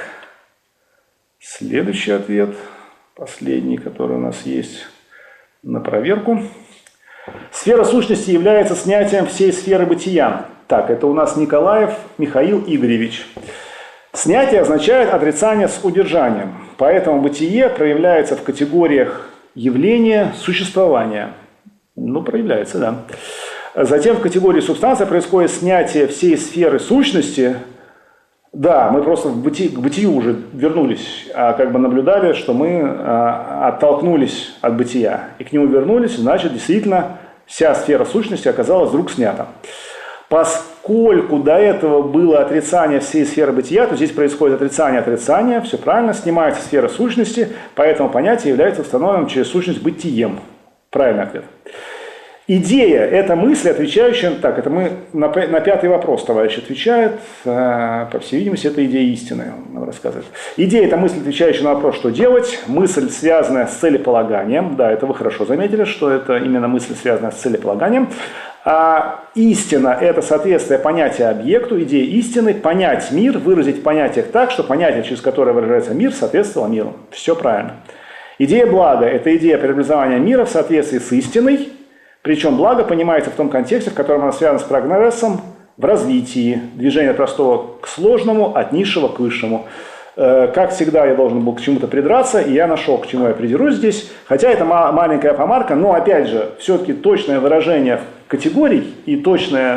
Следующий ответ, последний, который у нас есть на проверку. Сфера сущности является снятием всей сферы бытия. Так, это у нас Николаев Михаил Игоревич. Снятие означает отрицание с удержанием. Поэтому бытие проявляется в категориях явления, существования. Ну, проявляется, да. Затем в категории субстанция происходит снятие всей сферы сущности. Да, мы просто к бытию уже вернулись, как бы наблюдали, что мы оттолкнулись от бытия и к нему вернулись, значит, действительно, вся сфера сущности оказалась вдруг снята. Поскольку до этого было отрицание всей сферы бытия, то здесь происходит отрицание, все правильно, снимается сфера сущности, поэтому понятие является установленным через сущность бытием. Правильный ответ. Идея – это мысль, отвечающая… Так, это мы на 5-й вопрос товарищ отвечает. По всей видимости, это идея истины, он нам рассказывает. Идея – это мысль, отвечающая на вопрос, что делать. Мысль, связанная с целеполаганием. Да, это вы хорошо заметили, что это именно мысль, связанная с целеполаганием. А истина – это соответствие понятия объекту, идея истины, понять мир, выразить в понятиях так, что понятие, через которое выражается мир, соответствовало миру. Все правильно. Идея блага – это идея преобразования мира в соответствии с истиной, причем благо понимается в том контексте, в котором оно связано с прогрессом в развитии, движение простого к сложному, от низшего к высшему. Как всегда, я должен был к чему-то придраться, и я нашел, к чему я придерусь здесь. Хотя это маленькая помарка, но, опять же, все-таки точное выражение категорий и точное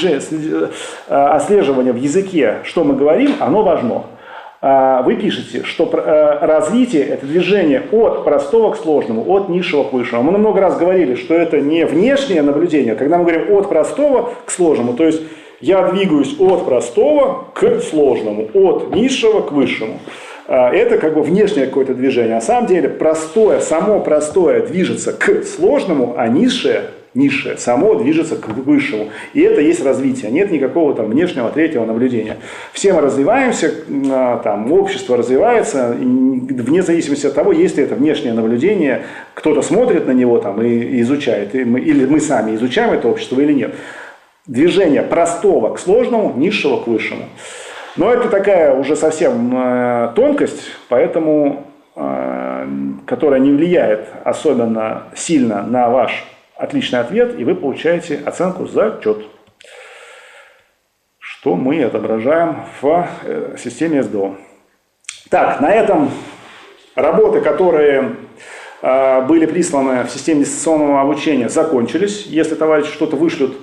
отслеживание в языке, что мы говорим, оно важно. Вы пишете, что развитие – это движение от простого к сложному, от низшего к высшему. Мы много раз говорили, что это не внешнее наблюдение. Когда мы говорим от простого к сложному, то есть я двигаюсь от простого к сложному, от низшего к высшему. Это как бы внешнее какое-то движение. На самом деле само простое движется к сложному, а низшее само движется к высшему. И это есть развитие. Нет никакого там внешнего третьего наблюдения. Все мы развиваемся, там, общество развивается, вне зависимости от того, есть ли это внешнее наблюдение, кто-то смотрит на него там, и изучает, или мы сами изучаем это общество или нет. Движение простого к сложному, низшего к высшему. Но это такая уже совсем тонкость, поэтому, которая не влияет особенно сильно на ваш отличный ответ, и вы получаете оценку зачет, что мы отображаем в системе СДО. Так, на этом работы, которые были присланы в системе дистанционного обучения, закончились. Если товарищи что-то вышлют,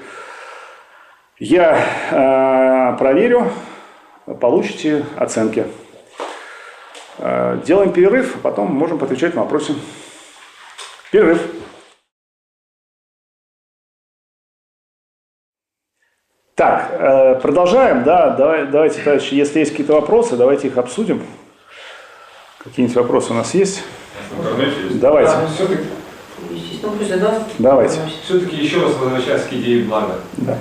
я проверю, получите оценки. Делаем перерыв, а потом можем отвечать на вопросы. Перерыв. Так, продолжаем, да, давайте, товарищи, если есть какие-то вопросы, давайте их обсудим. Какие-нибудь вопросы у нас есть? В интернете есть. Давайте. Давайте. Все-таки еще раз возвращаясь к идее блага. Да.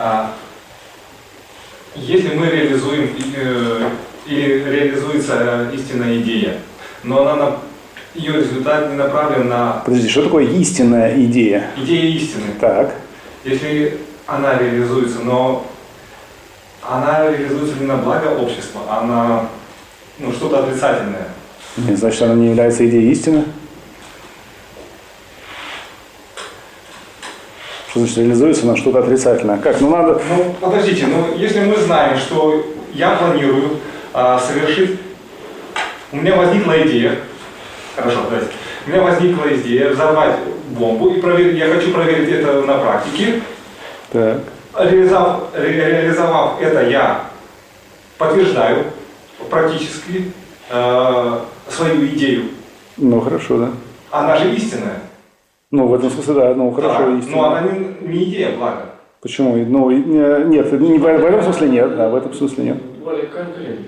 Если мы реализуем или реализуется истинная идея, но ее результат не направлен на... Подожди, что такое истинная идея? Идея истины. Так. Если она реализуется, но она реализуется не на благо общества, а на что-то отрицательное. Нет, значит, она не является идеей истины? Что значит реализуется на что-то отрицательное? Как? Надо... Подождите, если мы знаем, что я планирую совершить... У меня возникла идея, хорошо, давайте. У меня возникла идея взорвать бомбу, и я хочу проверить это на практике. Так. Реализовав это, я подтверждаю практически свою идею. Хорошо, да. Она же истинная. В этом смысле, да, хорошо, да, истинная. Но она не идея блага. Почему? Нет, в этом смысле нет, да, в этом смысле нет. Более конкретно.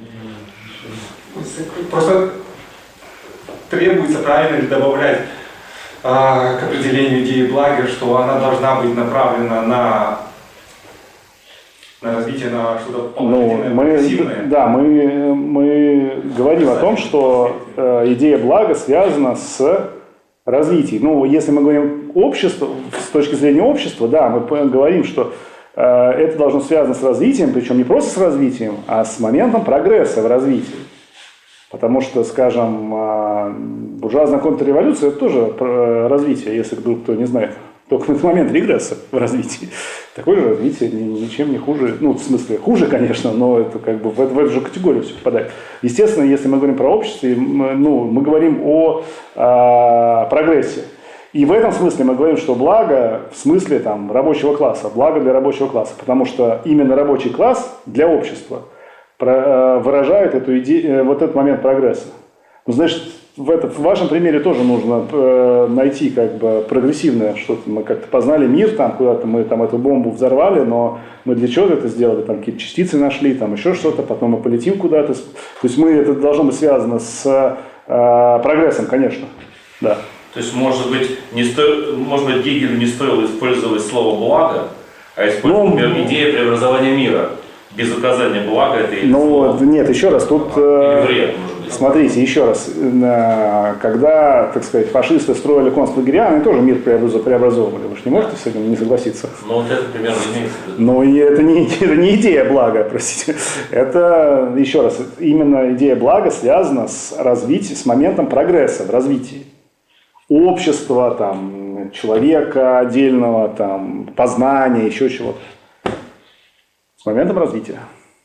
Просто требуется правильно ли добавлять к определению идеи блага, что она должна быть направлена на развитие, на что-то положительное, прогрессивное. Да, мы говорим о том, что идея блага связана с развитием. Если мы говорим общество, с точки зрения общества, да, мы говорим, что это должно связано с развитием, причем не просто с развитием, а с моментом прогресса в развитии. Потому что, скажем, буржуазная контрреволюция – это тоже развитие, если вдруг кто не знает. Только это момент регресса в развитии. Такое же развитие ничем не хуже. В смысле, хуже, конечно, но это как бы в эту же категорию все попадает. Естественно, если мы говорим про общество, мы говорим о прогрессе. И в этом смысле мы говорим, что благо в смысле рабочего класса, благо для рабочего класса. Потому что именно рабочий класс для общества выражает эту идею, вот этот момент прогресса. Значит, в вашем примере тоже нужно найти прогрессивное что-то. Мы как-то познали мир, куда-то мы эту бомбу взорвали, но мы для чего это сделали? Какие-то частицы нашли, еще что-то, потом мы полетим куда-то. То есть это должно быть связано с прогрессом, конечно. Да. То есть, может быть, Гегелю не стоило использовать слово «благо», а использовать, например, идея преобразования мира. Без указания блага это или зло? Нет, еще раз, тут вред, может быть. Смотрите, еще раз, когда, так сказать, фашисты строили концлагеря, они тоже мир преобразовывали. Вы же не можете с этим не согласиться? Это примерно имеется в виду. Но это не идея блага, простите. Это, еще раз, именно идея блага связана с развитием, с моментом прогресса в развитии. Общества, человека отдельного, познания, еще чего-то. С моментом развития.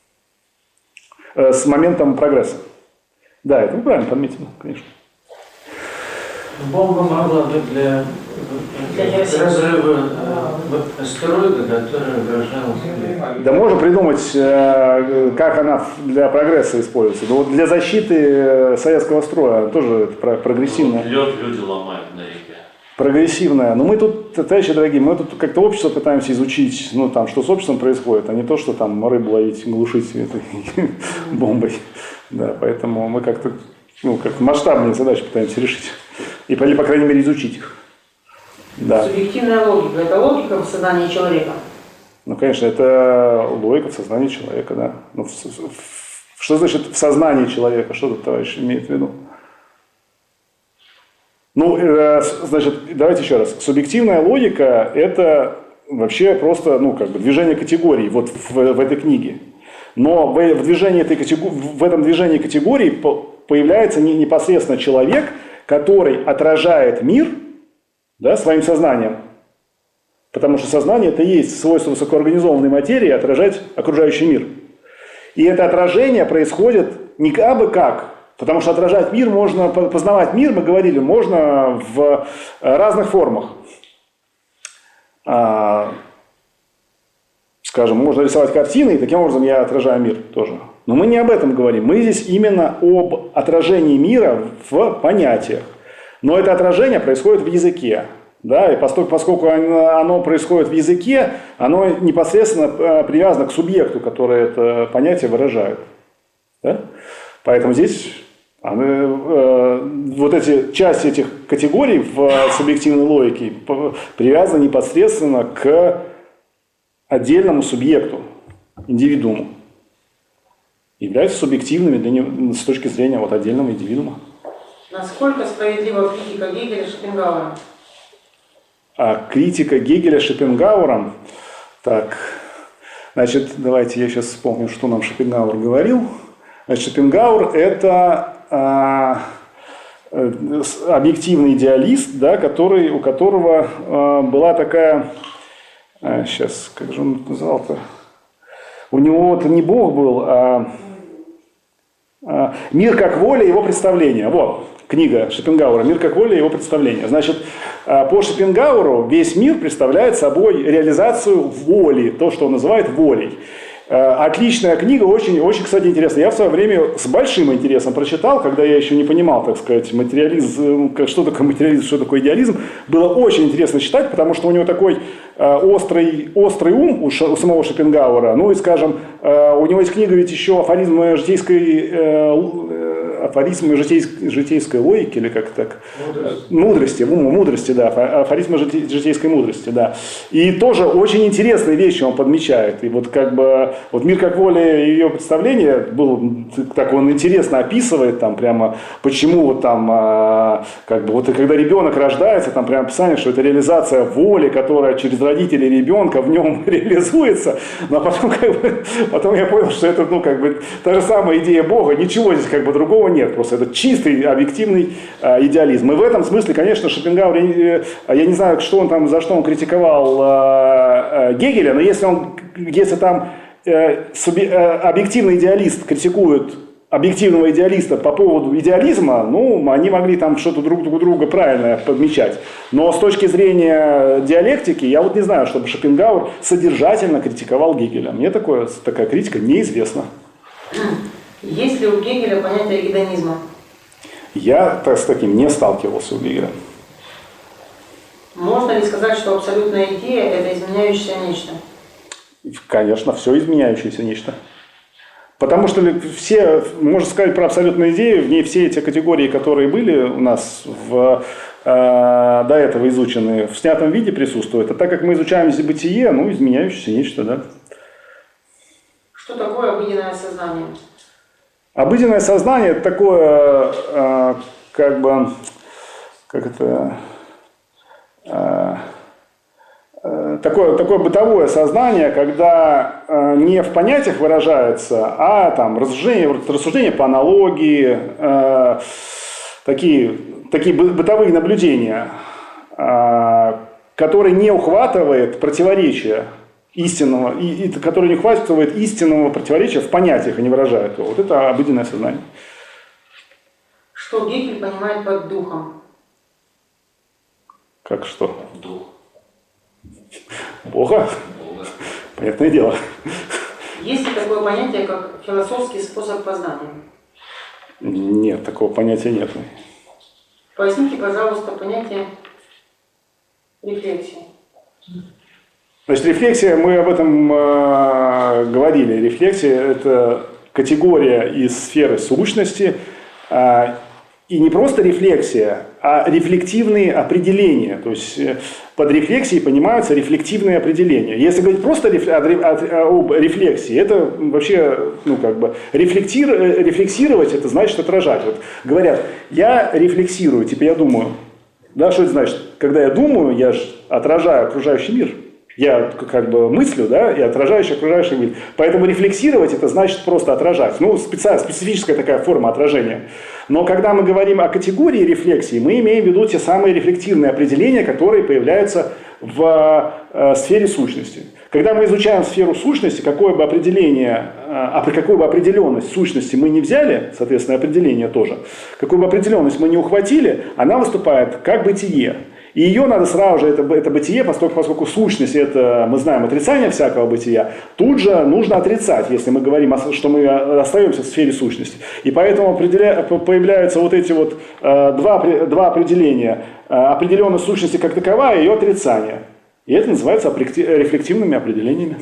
С моментом прогресса. Да, это вы правильно подметили, конечно. Бомба могла быть для разрыва астероида, который угрожал Земле. Да можно придумать, как она для прогресса используется. Но для защиты советского строя тоже прогрессивная. Лед люди ломают на реке. Прогрессивная. Но мы тут, товарищи дорогие, мы тут как-то общество пытаемся изучить, что с обществом происходит, а не то, что рыбу ловить, глушить этой бомбой. Да, поэтому мы как-то масштабные задачи пытаемся решить. Или, по крайней мере, изучить их. Да. Субъективная логика – это логика в сознании человека? Конечно, это логика в сознании человека, да. Что значит в сознании человека? Что тут товарищ имеет в виду? Значит, давайте еще раз. Субъективная логика – это вообще просто, движение категорий в этой книге. Но в этом движении категорий появляется непосредственно человек, который отражает мир, да, своим сознанием. Потому что сознание – это и есть свойство высокоорганизованной материи отражать окружающий мир. И это отражение происходит не абы как, Потому что отражать мир можно, познавать мир, мы говорили, можно в разных формах. Скажем, можно рисовать картины, и таким образом я отражаю мир тоже. Но мы не об этом говорим. Мы здесь именно об отражении мира в понятиях. Но это отражение происходит в языке. Да? И поскольку оно происходит в языке, оно непосредственно привязано к субъекту, который это понятие выражает. Да? Поэтому здесь вот эти части этих категорий в субъективной логике привязаны непосредственно к отдельному субъекту, индивидууму. Являются субъективными с точки зрения вот отдельного индивидуума. Насколько справедлива критика Гегеля Шопенгауэром? Критика Гегеля Шопенгауэром. Так, значит, давайте я сейчас вспомню, что нам Шопенгауэр говорил. Значит, Шопенгауэр – это объективный идеалист, да, у которого была такая… Сейчас, как же он называл-то? У него это не Бог был, а «Мир как воля, его представление». Вот, книга Шопенгауэра «Мир как воля, его представление». Значит, по Шопенгауэру весь мир представляет собой реализацию воли, то, что он называет волей. Отличная книга, очень, очень, кстати, интересная. Я в свое время с большим интересом прочитал, когда я еще не понимал, так сказать, материализм, что такое материализм, что такое идеализм. Было очень интересно читать, потому что у него такой острый ум у самого Шопенгауэра. Ну и, скажем, у него есть книга ведь еще «Афоризмы житейской логики», или как так? Мудрости, да. «Афоризмы житейской мудрости», да. И тоже очень интересные вещи он подмечает. И вот как бы вот «Мир как воля» и ее представление был, так он интересно описывает, там прямо, почему вот там, как бы, вот когда ребенок рождается, там прямо описание, что это реализация воли, которая через родителей ребенка в нем реализуется. Но потом, потом я понял, что это, ну, как бы, та же самая идея Бога, ничего здесь как бы другого нет, просто это чистый объективный идеализм. И в этом смысле, конечно, Шопенгауэр, я не знаю, что он там, за что он критиковал Гегеля, но если там объективный идеалист критикует объективного идеалиста по поводу идеализма, ну, они могли там что-то друг у друга правильно подмечать. Но с точки зрения диалектики, я вот не знаю, чтобы Шопенгауэр содержательно критиковал Гегеля. Мне такая критика неизвестна. Есть ли у Гегеля понятие гедонизма? Я с таким не сталкивался у Гегеля. Можно ли сказать, что абсолютная идея – это изменяющееся нечто? Конечно, все изменяющееся нечто. Потому что все, можно сказать про абсолютную идею, в ней все эти категории, которые были у нас до этого изучены, в снятом виде присутствуют. А так как мы изучаем бытие, ну, изменяющееся нечто, да. Что такое обыденное сознание? Обыденное сознание – это такое, такое бытовое сознание, когда не в понятиях выражается, а там рассуждения по аналогии, такие бытовые наблюдения, которые не ухватывает противоречия истинного, и который не ухватывает истинного противоречия в понятиях и не выражает его. Вот это обыденное сознание. Что Гегель понимает под духом? Как что? Дух. Бога? Понятное дело. Есть ли такое понятие, как философский способ познания? Нет, такого понятия нет. Поясните, пожалуйста, понятие рефлексии. Значит, рефлексия, мы об этом говорили. Рефлексия – это категория из сферы сущности. И не просто рефлексия, а рефлективные определения. То есть под рефлексией понимаются рефлективные определения. Если говорить просто об рефлексии, это вообще, рефлексировать – это значит отражать. Вот говорят, я рефлексирую, типа я думаю. Да, что это значит? Когда я думаю, я же отражаю окружающий мир. Я как бы мыслю, да, и отражающий окружающий мир. Поэтому рефлексировать это значит просто отражать. Ну, специфическая такая форма отражения. Но когда мы говорим о категории рефлексии, мы имеем в виду те самые рефлективные определения, которые появляются в сфере сущности. Когда мы изучаем сферу сущности, какое бы определение, какую бы определенность сущности мы не взяли, соответственно, определение тоже, какую бы определенность мы не ухватили, она выступает как бытие. И ее надо сразу же, это бытие, поскольку сущность, это, мы знаем, отрицание всякого бытия, тут же нужно отрицать, если мы говорим, что мы остаемся в сфере сущности. И поэтому появляются вот эти вот два определения. Определенность сущности как таковая и ее отрицание. И это называется рефлективными определениями.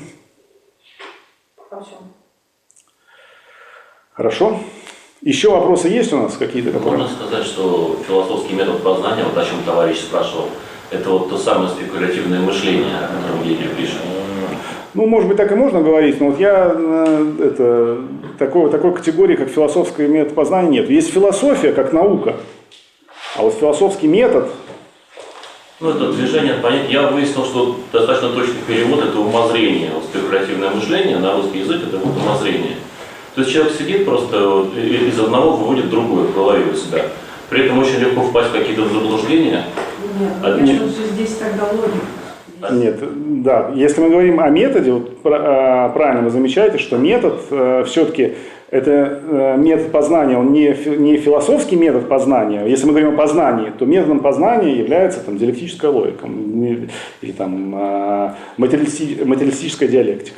Хорошо. Еще вопросы есть у нас какие-то? Можно сказать, что философский метод познания, вот о чем товарищ спрашивал, это вот то самое спекулятивное мышление, о котором Гегель пишет. Ну, может быть, так и можно говорить, но вот я такой категории, как философский метод познания, нет. Есть философия как наука, а вот философский метод... Ну, это движение от понятия. Я выяснил, что достаточно точный перевод – это умозрение. Вот спекулятивное мышление на русский язык – это вот умозрение. То есть человек сидит просто из одного выводит другое в голове у себя. При этом очень легко впасть в какие-то заблуждения. Нет, здесь тогда логика. Нет, да. Если мы говорим о методе, вот, правильно вы замечаете, что метод все-таки это метод познания, он не философский метод познания. Если мы говорим о познании, то методом познания является там, диалектическая логика или там, материалистическая диалектика.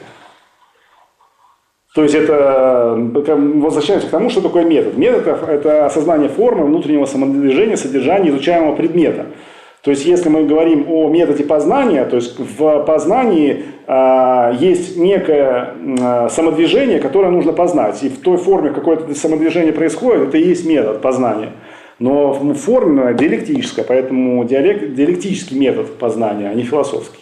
То есть это, возвращаемся к тому, что такое метод. Метод – это осознание формы, внутреннего самодвижения, содержания изучаемого предмета. То есть если мы говорим о методе познания, то есть в познании есть некое самодвижение, которое нужно познать. И в той форме, в какой это самодвижение происходит, это и есть метод познания. Но форма диалектическая, поэтому диалектический метод познания, а не философский.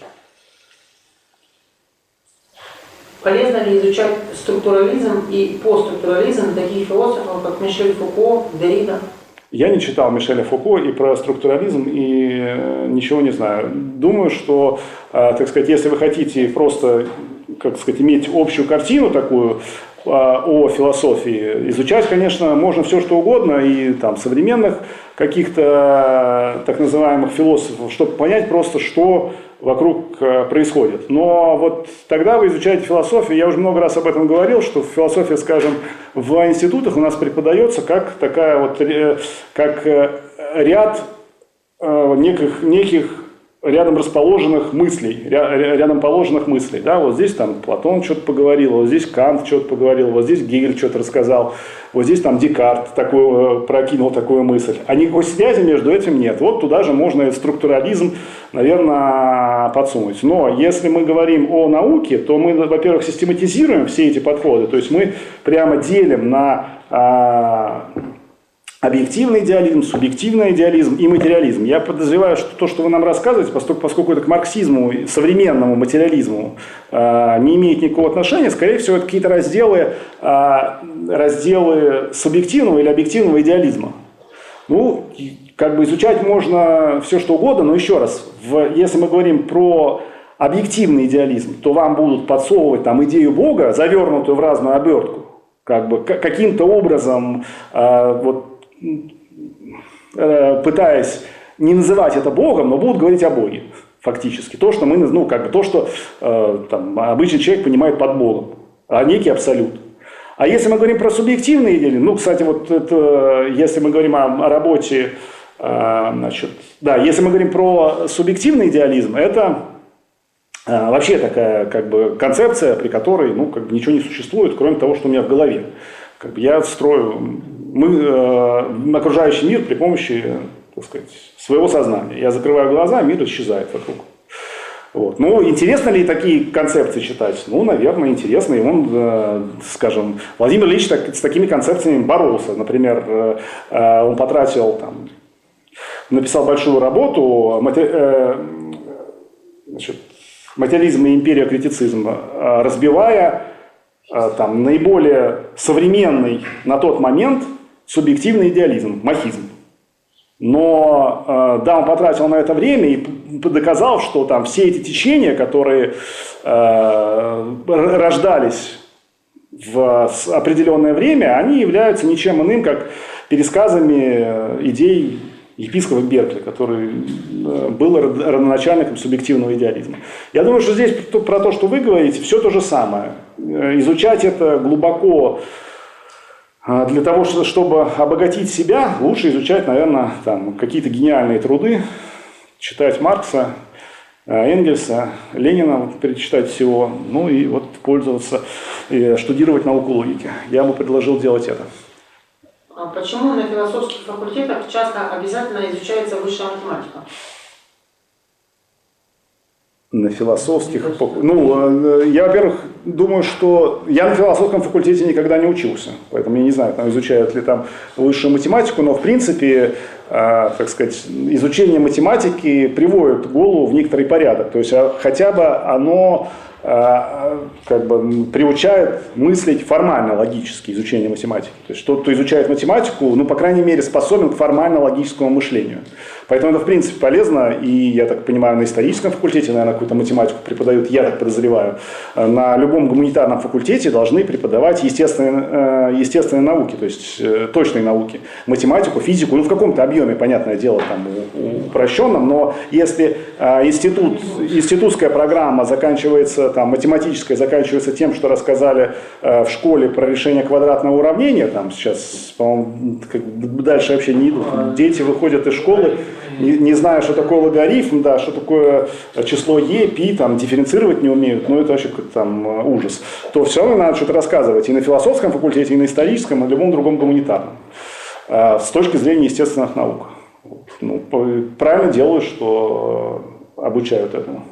Полезно ли изучать структурализм и постструктурализм таких философов, как Мишель Фуко, Деррида? Я не читал Мишеля Фуко и про структурализм, и ничего не знаю. Думаю, что, так сказать, если вы хотите просто, как сказать, иметь общую картину такую о философии, изучать, конечно, можно все что угодно, и там современных каких-то так называемых философов, чтобы понять просто, что вокруг происходит. Но вот тогда вы изучаете философию, я уже много раз об этом говорил, что философия, скажем, в институтах у нас преподается как такая вот, как ряд неких рядом расположенных мыслей, рядом положенных мыслей. Да? Вот здесь там Платон что-то поговорил, вот здесь Кант что-то поговорил, вот здесь Гегель что-то рассказал, вот здесь там Декарт прокинул такую мысль. А никакой связи между этим нет. Вот туда же можно и структурализм, наверное, подсунуть. Но если мы говорим о науке, то мы, во-первых, систематизируем все эти подходы. То есть мы прямо делим на объективный идеализм, субъективный идеализм и материализм. Я подозреваю, что то, что вы нам рассказываете, поскольку это к марксизму, современному материализму не имеет никакого отношения, скорее всего, это какие-то разделы субъективного или объективного идеализма. Ну, как бы изучать можно все, что угодно, но еще раз, если мы говорим про объективный идеализм, то вам будут подсовывать там идею Бога, завернутую в разную обертку, как бы каким-то образом пытаясь не называть это Богом, но будут говорить о Боге, фактически. То, что мы, то, что там, обычный человек понимает под Богом, а некий абсолют. А если мы говорим про субъективные идеи, кстати, вот это, если мы говорим о работе, если мы говорим про субъективный идеализм, это вообще такая концепция, при которой ничего не существует, кроме того, что у меня в голове. Я строю окружающий мир при помощи, так сказать, своего сознания. Я закрываю глаза, мир исчезает вокруг. Вот. Интересно ли такие концепции читать? Наверное, интересно. И скажем, Владимир Ильич с такими концепциями боролся. Например, он написал большую работу «Материализм и империокритицизм», разбивая наиболее современный на тот момент субъективный идеализм, махизм. Но да, он потратил на это время и доказал, что там все эти течения, которые рождались в определенное время, они являются ничем иным, как пересказами идей епископа Беркли, который был родоначальником субъективного идеализма. Я думаю, что здесь про то, что вы говорите, все то же самое. Изучать это глубоко для того, чтобы обогатить себя, лучше изучать, наверное, там, какие-то гениальные труды, читать Маркса, Энгельса, Ленина, перечитать всего, ну и вот пользоваться, штудировать науку логики. Я бы предложил делать это. А почему на философских факультетах часто обязательно изучается высшая математика? На философских... Ну, я, во-первых, думаю, что я на философском факультете никогда не учился, поэтому я не знаю, там изучают ли там высшую математику, но, в принципе, так сказать, изучение математики приводит голову в некоторый порядок. То есть хотя бы оно как бы приучает мыслить формально, логически, изучение математики. То есть тот, кто изучает математику, ну, по крайней мере, способен к формально-логическому мышлению. Поэтому это, в принципе, полезно. И, я так понимаю, на историческом факультете, наверное, какую-то математику преподают, я так подозреваю. На любом гуманитарном факультете должны преподавать естественные науки, то есть точные науки. Математику, физику, ну, в каком-то объеме, понятное дело, там, упрощенном. Но если институтская программа заканчивается, там, математическая заканчивается тем, что рассказали в школе про решение квадратного уравнения, там сейчас, по-моему, дальше вообще не идут. Дети выходят из школы, не зная, что такое логарифм, да, что такое число e, π, там, дифференцировать не умеют, ну это вообще какой-то там ужас. То все равно надо что-то рассказывать и на философском факультете, и на историческом, и на любом другом гуманитарном. С точки зрения естественных наук. Ну, правильно делают, что обучают этому.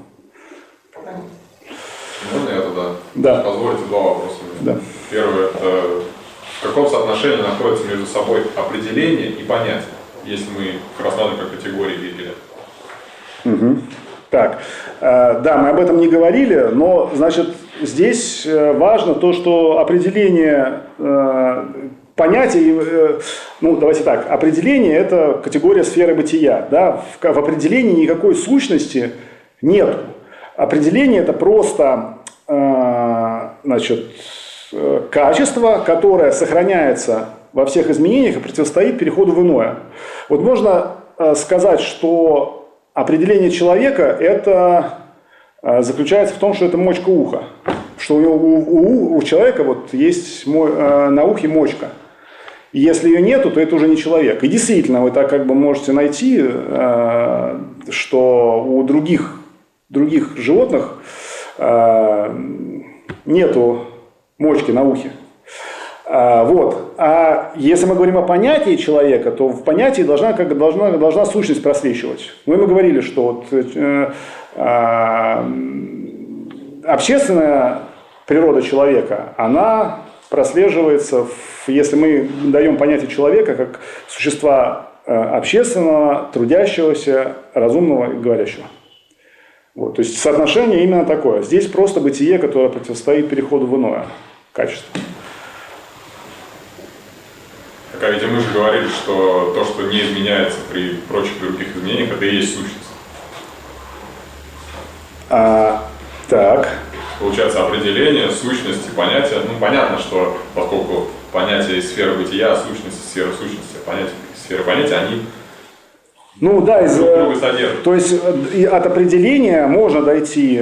Можно я тогда? Да. Позвольте два вопроса. Да. Первый – это в каком соотношении находятся между собой определение и понятие, если мы их рассматриваем как категории видели? Угу. Так, да, мы об этом не говорили, но, значит, здесь важно то, что определение понятий, ну, давайте так, определение – это категория сферы бытия, да, в определении никакой сущности нет. Определение – это просто, значит, качество, которое сохраняется во всех изменениях и противостоит переходу в иное. Вот можно сказать, что определение человека это заключается в том, что это мочка уха, что у человека вот есть на ухе мочка. И если ее нету, то это уже не человек. И действительно, вы так как бы можете найти, что у других животных нету мочки на ухе. Вот. А если мы говорим о понятии человека, то в понятии должна сущность просвечивать. Мы говорили, что вот, общественная природа человека, она прослеживается, если мы даем понятие человека как существа общественного, трудящегося, разумного и говорящего. Вот, то есть соотношение именно такое. Здесь просто бытие, которое противостоит переходу в иное качество. Так, а ведь мы же говорили, что то, что не изменяется при прочих других изменениях, это и есть сущность. Так. Получается, определение, сущности, понятия. Ну, понятно, что поскольку понятие из сферы бытия, сущность из сферы сущности, понятие из сферы понятия, они друг друга содержат. То есть от определения можно дойти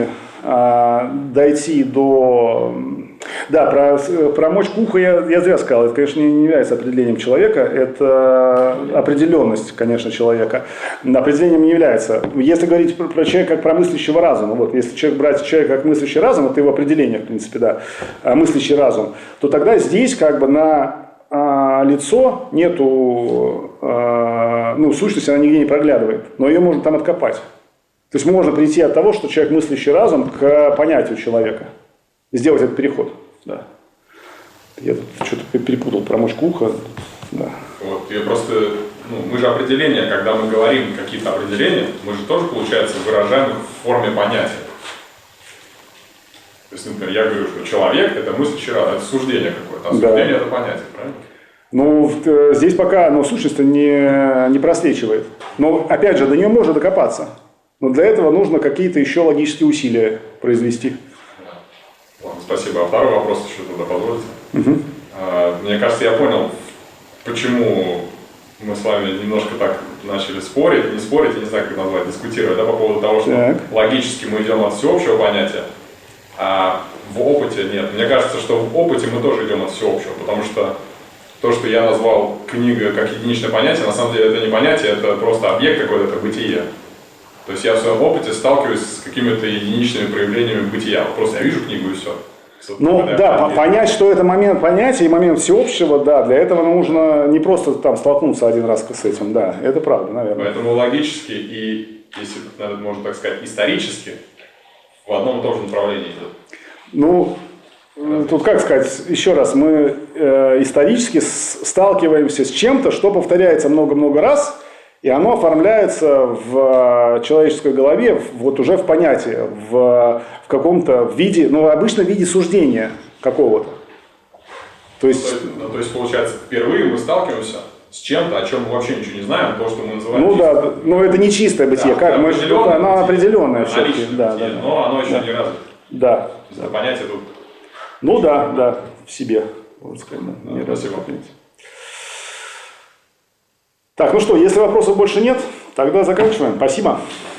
до... Да, про мочку уха я зря сказал. Это, конечно, не является определением человека. Это определенность, конечно, человека. Определением не является. Если говорить про человека как про мыслящего разума, вот, если брать человека как мыслящий разум, это его определение, в принципе, да, мыслящий разум, то тогда здесь как бы на лицо нету, сущность, она нигде не проглядывает, но ее можно там откопать. То есть можно прийти от того, что человек мыслящий разум, к понятию человека. И сделать этот переход. Да. Я тут что-то перепутал про мочку уха. Да. Вот, я просто, мы же определения, когда мы говорим какие-то определения, мы же тоже, получается, выражаем их в форме понятия. То есть, например, я говорю, что человек – это мыслящий разум, это суждение какое-то, а суждение – это понятие, правильно? Ну, здесь пока сущность не просвечивает. Но, опять же, до нее можно докопаться. Но для этого нужно какие-то еще логические усилия произвести. Ладно, спасибо. А второй вопрос еще туда позвольте. Мне кажется, я понял, почему мы с вами немножко так начали спорить, не спорить, я не знаю, как назвать, дискутировать, да, по поводу того, что логически мы идем от всеобщего понятия, а в опыте нет. Мне кажется, что в опыте мы тоже идем от всеобщего, потому что то, что я назвал книга как единичное понятие, на самом деле это не понятие, это просто объект какой-то, это бытие. То есть я в своем опыте сталкиваюсь с какими-то единичными проявлениями бытия. Просто я вижу книгу и все. Ну да, понять, что это момент понятия и момент всеобщего, да, для этого нужно не просто там столкнуться один раз с этим, да, это правда, наверное. Поэтому логически и, если можно так сказать, исторически в одном и том же направлении идет. Ну, тут как сказать, еще раз, мы исторически сталкиваемся с чем-то, что повторяется много-много раз, и оно оформляется в человеческой голове вот уже в понятие, в каком-то виде, обычно в виде суждения какого-то. То есть, получается, впервые мы сталкиваемся с чем-то, о чем мы вообще ничего не знаем, то, что мы называем чистым. Да, но это не чистое бытие, да, как да, мы, оно определенное все-таки. Да, но оно еще не развито. Да. То есть это понятие тут. Ну да, в себе, можно сказать. Да, спасибо. Так, ну что, если вопросов больше нет, тогда заканчиваем. Спасибо.